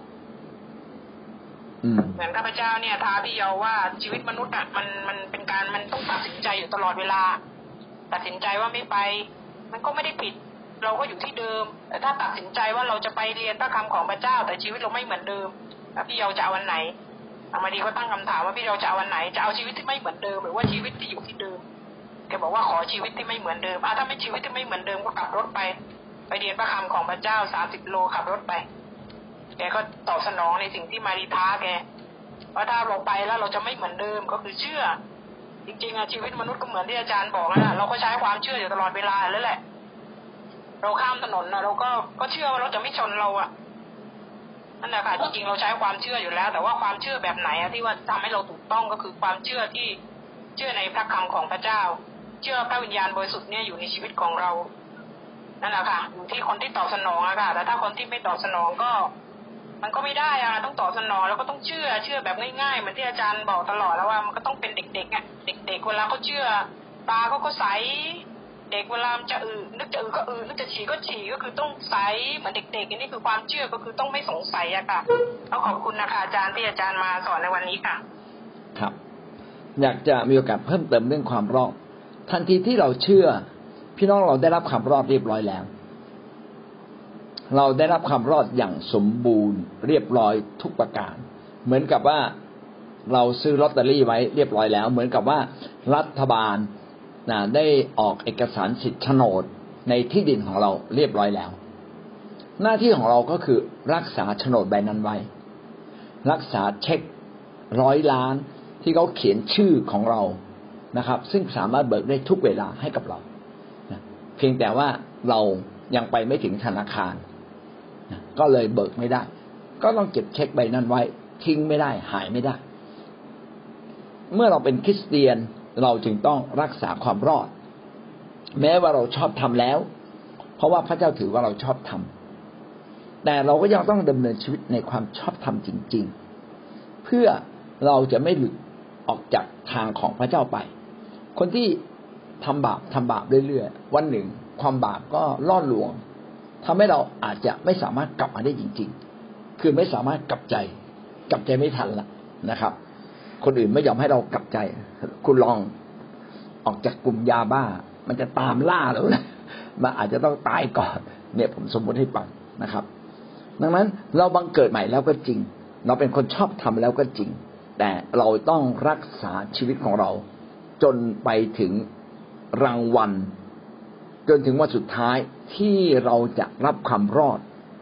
เหมือนข้าพเจ้าเนี่ยท้าพี่เยาว่าชีวิตมนุษย์มันเป็นการมันต้องตัดสินใจอยู่ตลอดเวลาตัดสินใจว่าไม่ไปมันก็ไม่ได้ผิดเราก็อยู่ที่เดิมแต่ถ้าตัดสินใจว่าเราจะไปเรียนพระคำของพระเจ้าแต่ชีวิตเราไม่เหมือนเดิมแล้วพี่เยาจะเอาวันไหนมาดีก็ตั้งคำถามว่าพี่เยาจะเอาวันไหนจะเอาชีวิตที่ไม่เหมือนเดิมหรือว่าชีวิตที่อยู่ที่เดิมแกบอกว่าขอชีวิตที่ไม่เหมือนเดิมถ้าไม่ชีวิตที่ไม่เหมือนเดิมก็ขับรถไปเรียนพระคำของพระเจ้า30 โลขับรถไปแกก็ตอบสนองในสิ่งที่มารีท้าแกว่าถ้าเราไปแล้วเราจะไม่เหมือนเดิมก็คือเชื่อจริงๆชีวิตมนุษย์ก็เหมือนที่อาจารย์บอกนะเราก็ใช้ความเชื่ออยู่ตลอดเวลาแล้วแหละเราข้ามถนนเราก็เชื่อว่าเราจะไม่ชนเรานั่นแหละค่ะจริงๆเราใช้ความเชื่ออยู่แล้วแต่ว่าความเชื่อแบบไหนที่ว่าทำให้เราถูกต้องก็คือความเชื่อที่เชื่อในพระคำของพระเจ้าเชื่อพระวิญญาณบริสุทธิ์เนี่ยอยู่ในชีวิตของเรานั่นแหละค่ะอยู่ที่คนที่ตอบสนองค่ะแต่ถ้าคนที่ไม่ตอบสนองก็มันก็ไม่ได้ต้องตอบสนองแล้วก็ต้องเชื่อแบบง่ายๆเหมือนที่อาจารย์บอกตลอดแล้วว่ามันก็ต้องเป็นเด็กๆเด็กๆเวลาเขาเชื่อตาเขาก็ใสเด็กเวลาจะนึกจะก็นึกจะฉี่ก็ฉี่ก็คือต้องใสเหมือนเด็กๆนี่คือความเชื่อก็คือต้องไม่สงสัยค่ะขอบคุณนะคะอาจารย์ที่อาจารย์มาสอนในวันนี้ค่ะครับอยากจะมีโอกาสเพิ่มเติมเรื่องความรอดทันทีที่เราเชื่อพี่น้องเราได้รับความรอดเรียบร้อยแล้วเราได้รับความรอดอย่างสมบูรณ์เรียบร้อยทุกประการเหมือนกับว่าเราซื้อลอตเตอรี่ไว้เรียบร้อยแล้วเหมือนกับว่ารัฐบาลได้ออกเอกสารสิทธิ์โฉนดในที่ดินของเราเรียบร้อยแล้วหน้าที่ของเราก็คือรักษาโฉนดใบนั้นไว้รักษาเช็ค100 ล้านที่เขาเขียนชื่อของเรานะครับซึ่งสามารถเบิกได้ทุกเวลาให้กับเราเพียงแต่ว่าเรายังไปไม่ถึงธนาคารก็เลยเบิกไม่ได้ก็ต้องเก็บเช็คใบนั้นไว้ทิ้งไม่ได้หายไม่ได้เมื่อเราเป็นคริสเตียนเราจึงต้องรักษาความรอดแม้ว่าเราชอบทำแล้วเพราะว่าพระเจ้าถือว่าเราชอบทำแต่เราก็ยังต้องดำเนินชีวิตในความชอบธรรมจริงๆเพื่อเราจะไม่หลุดออกจากทางของพระเจ้าไปคนที่ทำบาปเรื่อยๆวันหนึ่งความบาปก็ล่อลวงทำให้เราอาจจะไม่สามารถกลับมาได้จริงๆคือไม่สามารถกลับใจไม่ทันละนะครับคนอื่นไม่ยอมให้เรากลับใจคุณลองออกจากกลุ่มยาบ้ามันจะตามล่าแล้วนะมันอาจจะต้องตายก่อนเนี่ยผมสมมติให้ฟังนะครับดังนั้นเราบังเกิดใหม่แล้วก็จริงเราเป็นคนชอบทำแล้วก็จริงแต่เราต้องรักษาชีวิตของเราจนไปถึงรางวัลจนถึงวันสุดท้ายที่เราจะรับความรอด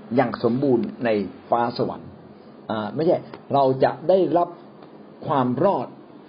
อย่างสมบูรณ์ในฟ้าสวรรค์ไม่ใช่เราจะได้รับความรอด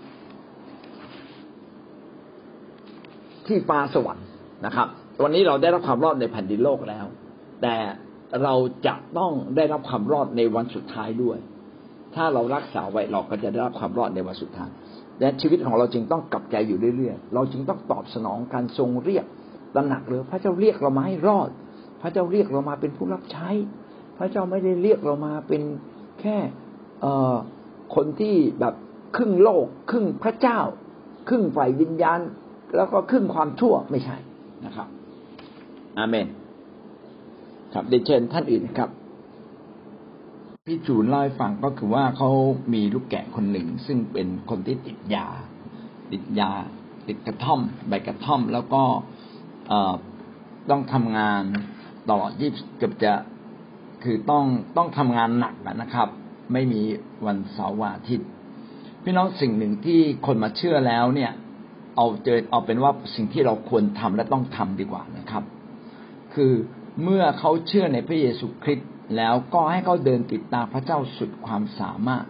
ที่ฟ้าสวรรค์นะครับวันนี้เราได้รับความรอดในแผ่นดินโลกแล้วแต่เราจะต้องได้รับความรอดในวันสุดท้ายด้วยถ้าเรารักษาไว้เราก็จะได้รับความรอดในวันสุดท้ายและชีวิตของเราจึงต้องกลับใจอยู่เรื่อยๆเราจึงต้องตอบสนองการทรงเรียกตระหนักเลยพระเจ้าเรียกเรามาให้รอดพระเจ้าเรียกเรามาเป็นผู้รับใช้พระเจ้าไม่ได้เรียกเรามาเป็นแค่คนที่แบบครึ่งโลกครึ่งพระเจ้าครึ่งฝ่ายวิญญาณแล้วก็ครึ่งความชั่วไม่ใช่นะครับอาเมนครับเดี๋ยวเชิญท่านอื่นครับพี่จูนเล่าให้ฟังก็คือว่าเขามีลูกแกะคนหนึ่งซึ่งเป็นคนที่ติดยาติดกระท่อมใบกระท่อมแล้วก็ต้องทำงานตลอด20เกือบจะคือต้องทำงานหนักนะครับไม่มีวันเสาร์วันอาทิตย์พี่น้องสิ่งหนึ่งที่คนมาเชื่อแล้วเนี่ยเอาเป็นว่าสิ่งที่เราควรทำและต้องทำดีกว่านะครับคือเมื่อเขาเชื่อในพระเยซูคริสต์แล้วก็ให้เขาเดินติดตามพระเจ้าสุดความสามารถ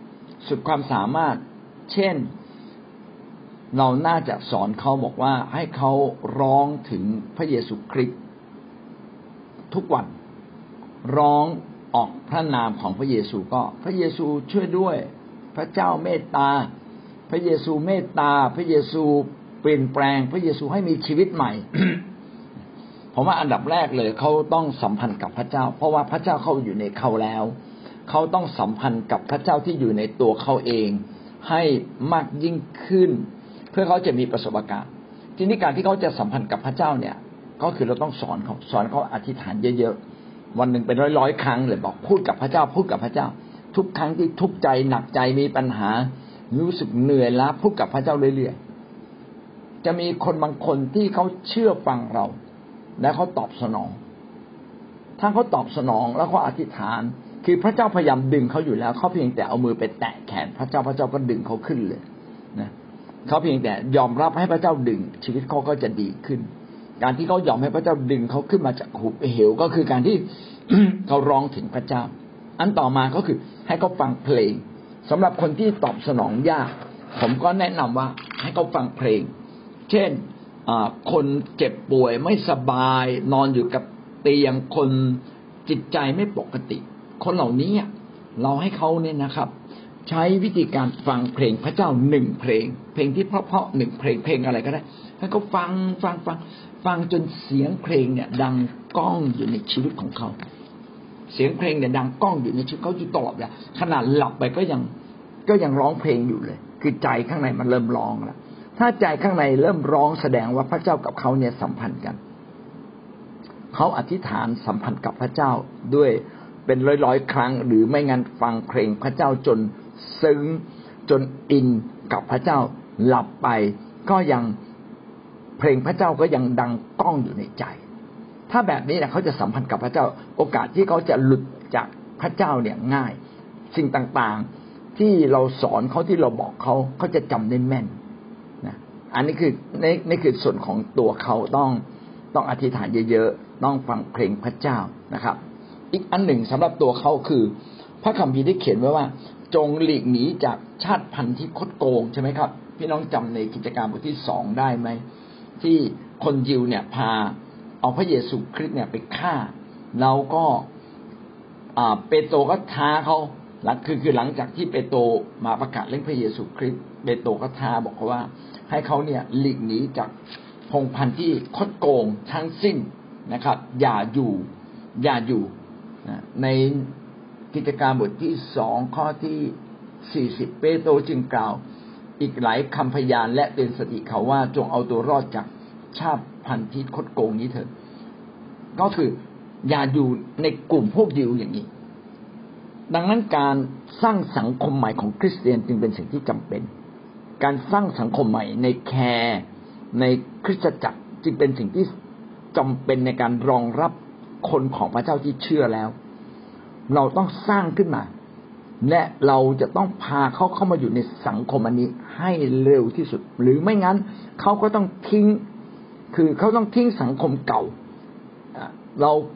เช่นเราน่าจะสอนเขาบอกว่าให้เขาร้องถึงพระเยซูคริสต์ทุกวันร้องออกพระนามของพระเยซูก็พระเยซูช่วยด้วยพระเจ้าเมตตาพระเยซูเมตตาพระเยซูเปลี่ยนแปลงพระเยซูให้มีชีวิตใหม่ ผมว่าอันดับแรกเลยเขาต้องสัมพันธ์กับพระเจ้าเพราะว่าพระเจ้าเขาอยู่ในเขาแล้วเขาต้องสัมพันธ์กับพระเจ้าที่อยู่ในตัวเขาเองให้มากยิ่งขึ้นเพื่อเขาจะมีประสบการณ์ทีนี้การที่เขาจะสัมพันธ์กับพระเจ้าเนี่ยก็คือเราต้องสอนเขาอธิษฐานเยอะๆวันหนึ่งเป็นร้อยๆครั้งเลยบอกพูดกับพระเจ้าทุกครั้งที่ทุกข์ใจหนักใจมีปัญหารู้สึกเหนื่อยล้าพูดกับพระเจ้าเรื่อยๆจะมีคนบางคนที่เขาเชื่อฟังเราและเขาตอบสนองถ้าเขาตอบสนองแล้วเขาอธิษฐานคือพระเจ้าพยายามดึงเขาอยู่แล้วเขาเพียงแต่เอามือไปแตะแขนพระเจ้าก็ดึงเขาขึ้นเลยนะเขาเพียงแต่ยอมรับให้พระเจ้าดึงชีวิตเขาก็จะดีขึ้นการที่เขายอมให้พระเจ้าดึงเขาขึ้นมาจากหุบเหวก็คือการที่ เขาร้องถึงพระเจ้าอันต่อมาก็คือให้เขาฟังเพลงสำหรับคนที่ตอบสนองยากผมก็แนะนำว่าให้เขาฟังเพลงเช่นคนเจ็บป่วยไม่สบายนอนอยู่กับเตียงคนจิตใจไม่ปกติคนเหล่านี้เราให้เขาเนี่ยนะครับใช้วิธีการฟังเพลงพระเจ้า1เพลงที่เพราะๆ1เพลงอะไรก็ได้ให้เขาฟังจนเสียงเพลงเนี่ยดังก้องอยู่ในชีวิตของเขาเสียงเพลงเนี่ยดังก้องอยู่ในชีวิตเขาอยู่ตลอดเลยขนาดหลับไปก็ยังร้องเพลงอยู่เลยคือใจข้างในมันเริ่มร้องแล้วถ้าใจข้างในเริ่มร้องแสดงว่าพระเจ้ากับเขาเนี่ยสัมพันธ์กันเขาอธิษฐานสัมพันธ์กับพระเจ้าด้วยเป็นร้อยๆครั้งหรือไม่งั้นฟังเพลงพระเจ้าจนซึ้งจนอินกับพระเจ้าหลับไปก็ยังเพลงพระเจ้าก็ยังดังก้องอยู่ในใจถ้าแบบนี้นะเขาจะสัมพันธ์กับพระเจ้าโอกาสที่เขาจะหลุดจากพระเจ้าเนี่ยง่ายสิ่งต่างๆที่เราสอนเขาที่เราบอกเขาจะจำได้แม่นนะอันนี้คือนี่คือส่วนของตัวเขาต้องอธิษฐานเยอะๆต้องฟังเพลงพระเจ้านะครับอีกอันหนึ่งสำหรับตัวเขาคือพระคัมภีร์ได้เขียนไว้ว่าจงหลีกหนีจากชาติพันธุ์ที่คดโกงใช่ไหมครับพี่น้องจำในกิจการบทที่2ได้ไหมที่คนยิวเนี่ยพาเอาพระเยซูคริสต์เนี่ยไปฆ่าแล้วก็เปโตรก็ท้าเขาคือหลังจากที่เปโตรมาประกาศเรื่องพระเยซูคริสต์เปโตรก็ท้าบอกว่าให้เขาเนี่ยหลีกหนีจากพงศ์พันธุ์ที่คดโกงทั้งสิ้นนะครับอย่าอยู่ในกิจการบทที่2ข้อที่40เปโตรจึงกล่าวอีกหลายคำพยานและเตือนสติเขาว่าจงเอาตัวรอดจากชาติพันธุ์ที่คดโกงนี้เถิดก็คืออย่าอยู่ในกลุ่มพวกยิวอย่างนี้ดังนั้นการสร้างสังคมใหม่ของคริสเตียนจึงเป็นสิ่งที่จำเป็นการสร้างสังคมใหม่ในแคร์ในคริสตจักรจึงเป็นสิ่งที่จำเป็นในการรองรับคนของพระเจ้าที่เชื่อแล้วเราต้องสร้างขึ้นมาและเราจะต้องพาเขาเข้ามาอยู่ในสังคมอันนี้ให้เร็วที่สุดหรือไม่งั้นเขาก็ต้องทิ้งคือเขาต้องทิ้งสังคมเก่า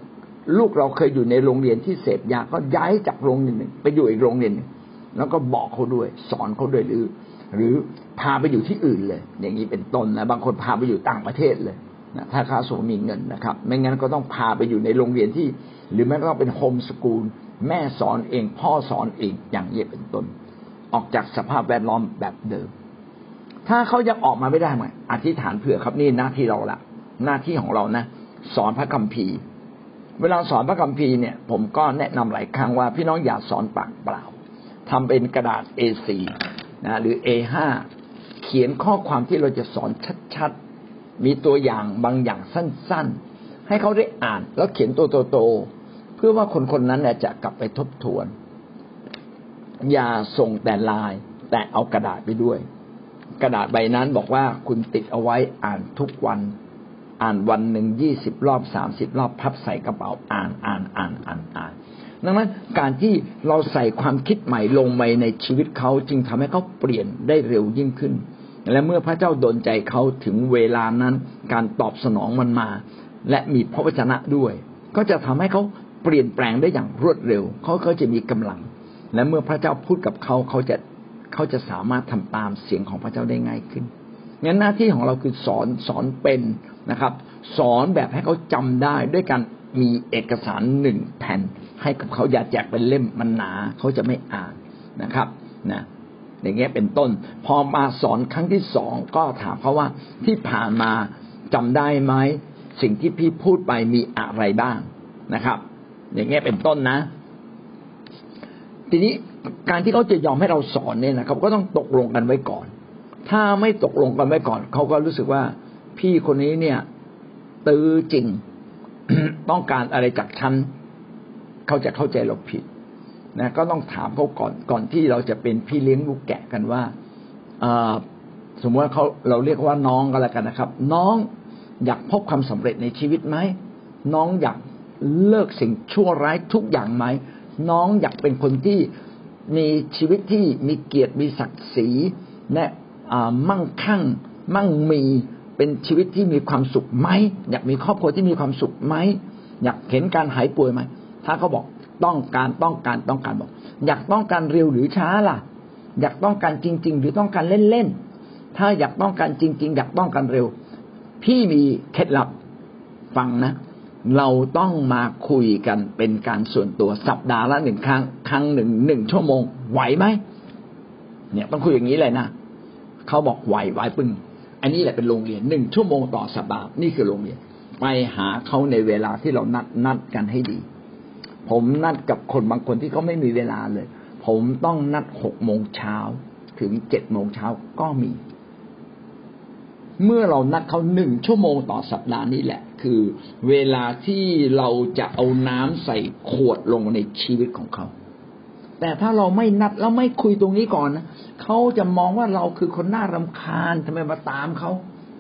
ลูกเราเคยอยู่ในโรงเรียนที่เสพยาก็ย้ายจากโรงเรียนหนึ่งไปอยู่อีกโรงเรียนนึงแล้วก็บอกเขาด้วยสอนเขาด้วยหรือพาไปอยู่ที่อื่นเลยอย่างนี้เป็นต้นนะบางคนพาไปอยู่ต่างประเทศเลยนะถ้าข้าสงฆ์มีเงินนะครับไม่งั้นก็ต้องพาไปอยู่ในโรงเรียนที่หรือแม้ก็ต้องเป็นโฮมสกูลแม่สอนเองพ่อสอนเองอย่างนี้เป็นต้นออกจากสภาพแวดล้อมแบบเดิมถ้าเขายังออกมาไม่ได้ไหมอธิษฐานเผื่อครับนี่หน้าที่เราละหน้าที่ของเรานะสอนพระคัมภีร์เวลาสอนพระคัมภีร์เนี่ยผมก็แนะนำหลายครั้งว่าพี่น้องอย่าสอนปากเปล่าทำเป็นกระดาษ A4 นะหรือ A5 เขียนข้อความที่เราจะสอนชัดๆมีตัวอย่างบางอย่างสั้นๆให้เขาได้อ่านแล้วเขียนตัวโตๆเพื่อว่าคนๆนั้นเนี่ยจะกลับไปทบทวนอย่าส่งแต่ไลน์แต่เอากระดาษไปด้วยกระดาษใบนั้นบอกว่าคุณติดเอาไว้อ่านทุกวันอ่านวันหนึ่ง20 รอบ30 รอบพับใส่กระเป๋าอ่านดังนั้นการที่เราใส่ความคิดใหม่ลงไปในชีวิตเขาจึงทำให้เขาเปลี่ยนได้เร็วยิ่งขึ้นและเมื่อพระเจ้าดลใจเขาถึงเวลานั้นการตอบสนองมันมาและมีพระวจนะด้วยก็จะทำให้เขาเปลี่ยนแปลงได้อย่างรวดเร็วเขาก็จะมีกำลังและเมื่อพระเจ้าพูดกับเขาเขาจะสามารถทำตามเสียงของพระเจ้าได้ง่ายขึ้นงั้นหน้าที่ของเราคือสอนเป็นนะครับสอนแบบให้เขาจำได้ด้วยการมีเอกสาร1 แผ่นให้กับเขาอย่าแจกเป็นเล่มมันหนาเขาจะไม่อ่านนะครับนะอย่างเงี้ยเป็นต้นพอมาสอนครั้งที่2ก็ถามเขาว่าที่ผ่านมาจำได้ไหมสิ่งที่พี่พูดไปมีอะไรบ้างนะครับอย่างเงี้ยเป็นต้นนะทีนี้การที่เขาจะยอมให้เราสอนเนี่ยนะครับก็ต้องตกลงกันไว้ก่อนถ้าไม่ตกลงกันไว้ก่อนเขาก็รู้สึกว่าพี่คนนี้เนี่ยตื้อจริง ต้องการอะไรจากฉันเขาจะเข้าใจเราผิดนะก็ต้องถามเขาก่อนที่เราจะเป็นพี่เลี้ยงลูกแกะกันว่าสมมติว่าเราเรียกว่าน้องก็แล้วกันนะครับน้องอยากพบความสำเร็จในชีวิตไหมน้องอยากเลิกสิ่งชั่วร้ายทุกอย่างไหมน้องอยากเป็นคนที่มีชีวิตที่มีเกียรติมีศักดิ์ศรีและมั่งคั่งมั่งมีเป็นชีวิตที่มีความสุขไหมอยากมีครอบครัวที่มีความสุขไหมอยากเห็นการหายป่วยไหมถ้าเขาบอกต้องการบอกอยากต้องการเร็วหรือช้าล่ะอยากต้องการจริงๆหรือต้องการเล่นๆถ้าอยากต้องการจริงๆอยากต้องการเร็วพี่มีเคล็ดลับฟังนะเราต้องมาคุยกันเป็นการส่วนตัวสัปดาห์ละ1 ครั้ง1 ชั่วโมงไหวไหมเนี่ยต้องคุยอย่างนี้เลยนะเขาบอกไหวปึ้งอันนี้แหละเป็นโรงเรียน1 ชั่วโมงต่อสัปดาห์นี่คือโรงเรียนไปหาเขาในเวลาที่เรานัดกันให้ดีผมนัดกับคนบางคนที่เขาไม่มีเวลาเลยผมต้องนัด6 โมงเช้าถึง7 โมงเช้าก็มีเมื่อเรานัดเขา1 ชั่วโมงต่อสัปดาห์นี่แหละคือเวลาที่เราจะเอาน้ำใส่ขวดลงในชีวิตของเขาแต่ถ้าเราไม่นัดแล้วไม่คุยตรงนี้ก่อนนะเขาจะมองว่าเราคือคนน่ารำคาญทำไมมาตามเขา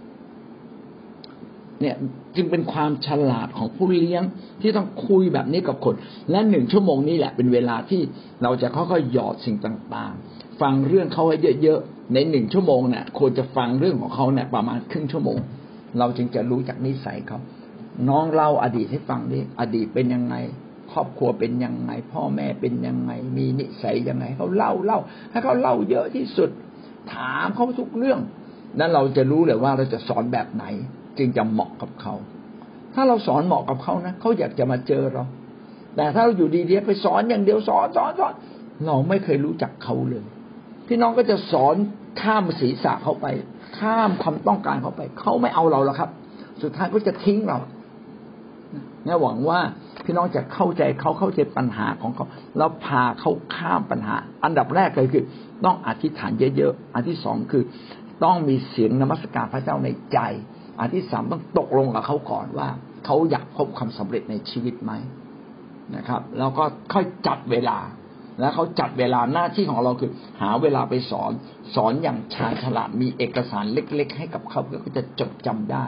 เนี่ยจึงเป็นความฉลาดของผู้เลี้ยงที่ต้องคุยแบบนี้กับคนและ1 ชั่วโมงนี้แหละเป็นเวลาที่เราจะค่อยๆหยอดสิ่งต่างๆฟังเรื่องเขาให้เยอะๆใน1 ชั่วโมงเนี่ยควรจะฟังเรื่องของเขาเนี่ยประมาณครึ่งชั่วโมงเราจึงจะรู้จักนิสัยเขาน้องเล่าอดีตให้ฟังดิอดีตเป็นยังไงครอบครัวเป็นยังไงพ่อแม่เป็นยังไงมีนิสัยยังไงเขาเล่าให้เขาเล่าเยอะที่สุดถามเขาทุกเรื่องนั้นเราจะรู้เลยว่าเราจะสอนแบบไหนจึงจะเหมาะกับเขาถ้าเราสอนเหมาะกับเขานะเขาอยากจะมาเจอเราแต่ถ้าเราอยู่ดีๆไปสอนอย่างเดียวสอนเราไม่เคยรู้จักเขาเลยพี่น้องก็จะสอนข้ามศีรษะเขาไปข้ามความต้องการเขาไปเขาไม่เอาเราแล้วครับสุดท้ายก็จะทิ้งเราเนี่ยหวังว่าพี่น้องจะเข้าใจเขาเข้าใจปัญหาของเขาแล้วพาเขาข้ามปัญหาอันดับแรกเลยคือต้องอธิษฐานเยอะๆอันที่2คือต้องมีเสียงนมัสการพระเจ้าในใจอันที่3ต้องตกลงกับเขาก่อนว่าเขาอยากพบความสำเร็จในชีวิตไหมนะครับแล้วก็ค่อยจัดเวลาแล้วเขาจัดเวลาหน้าที่ของเราคือหาเวลาไปสอนอย่างชาญฉลาดมีเอกสารเล็กๆให้กับเขาเพื่อเขาจะจดจำได้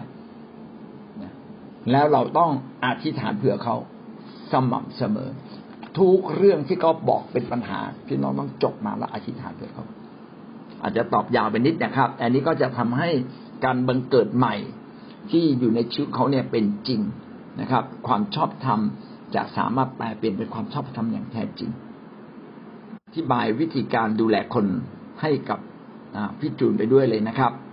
แล้วเราต้องอธิษฐานเผื่อเขาสม่ำเสมอทุกเรื่องที่เขาบอกเป็นปัญหาพี่น้องต้องจดมาแล้วอธิษฐานเผื่อเขาอาจจะตอบยาวไปนิดนะครับอันนี้ก็จะทำให้การบังเกิดใหม่ที่อยู่ในชีวิตเขาเนี่ยเป็นจริงนะครับความชอบธรรมจะสามารถแปลเปลี่ยนเป็นความชอบธรรมอย่างแท้จริงอธิบายวิธีการดูแลคนให้กับพี่จูนไปด้วยเลยนะครับ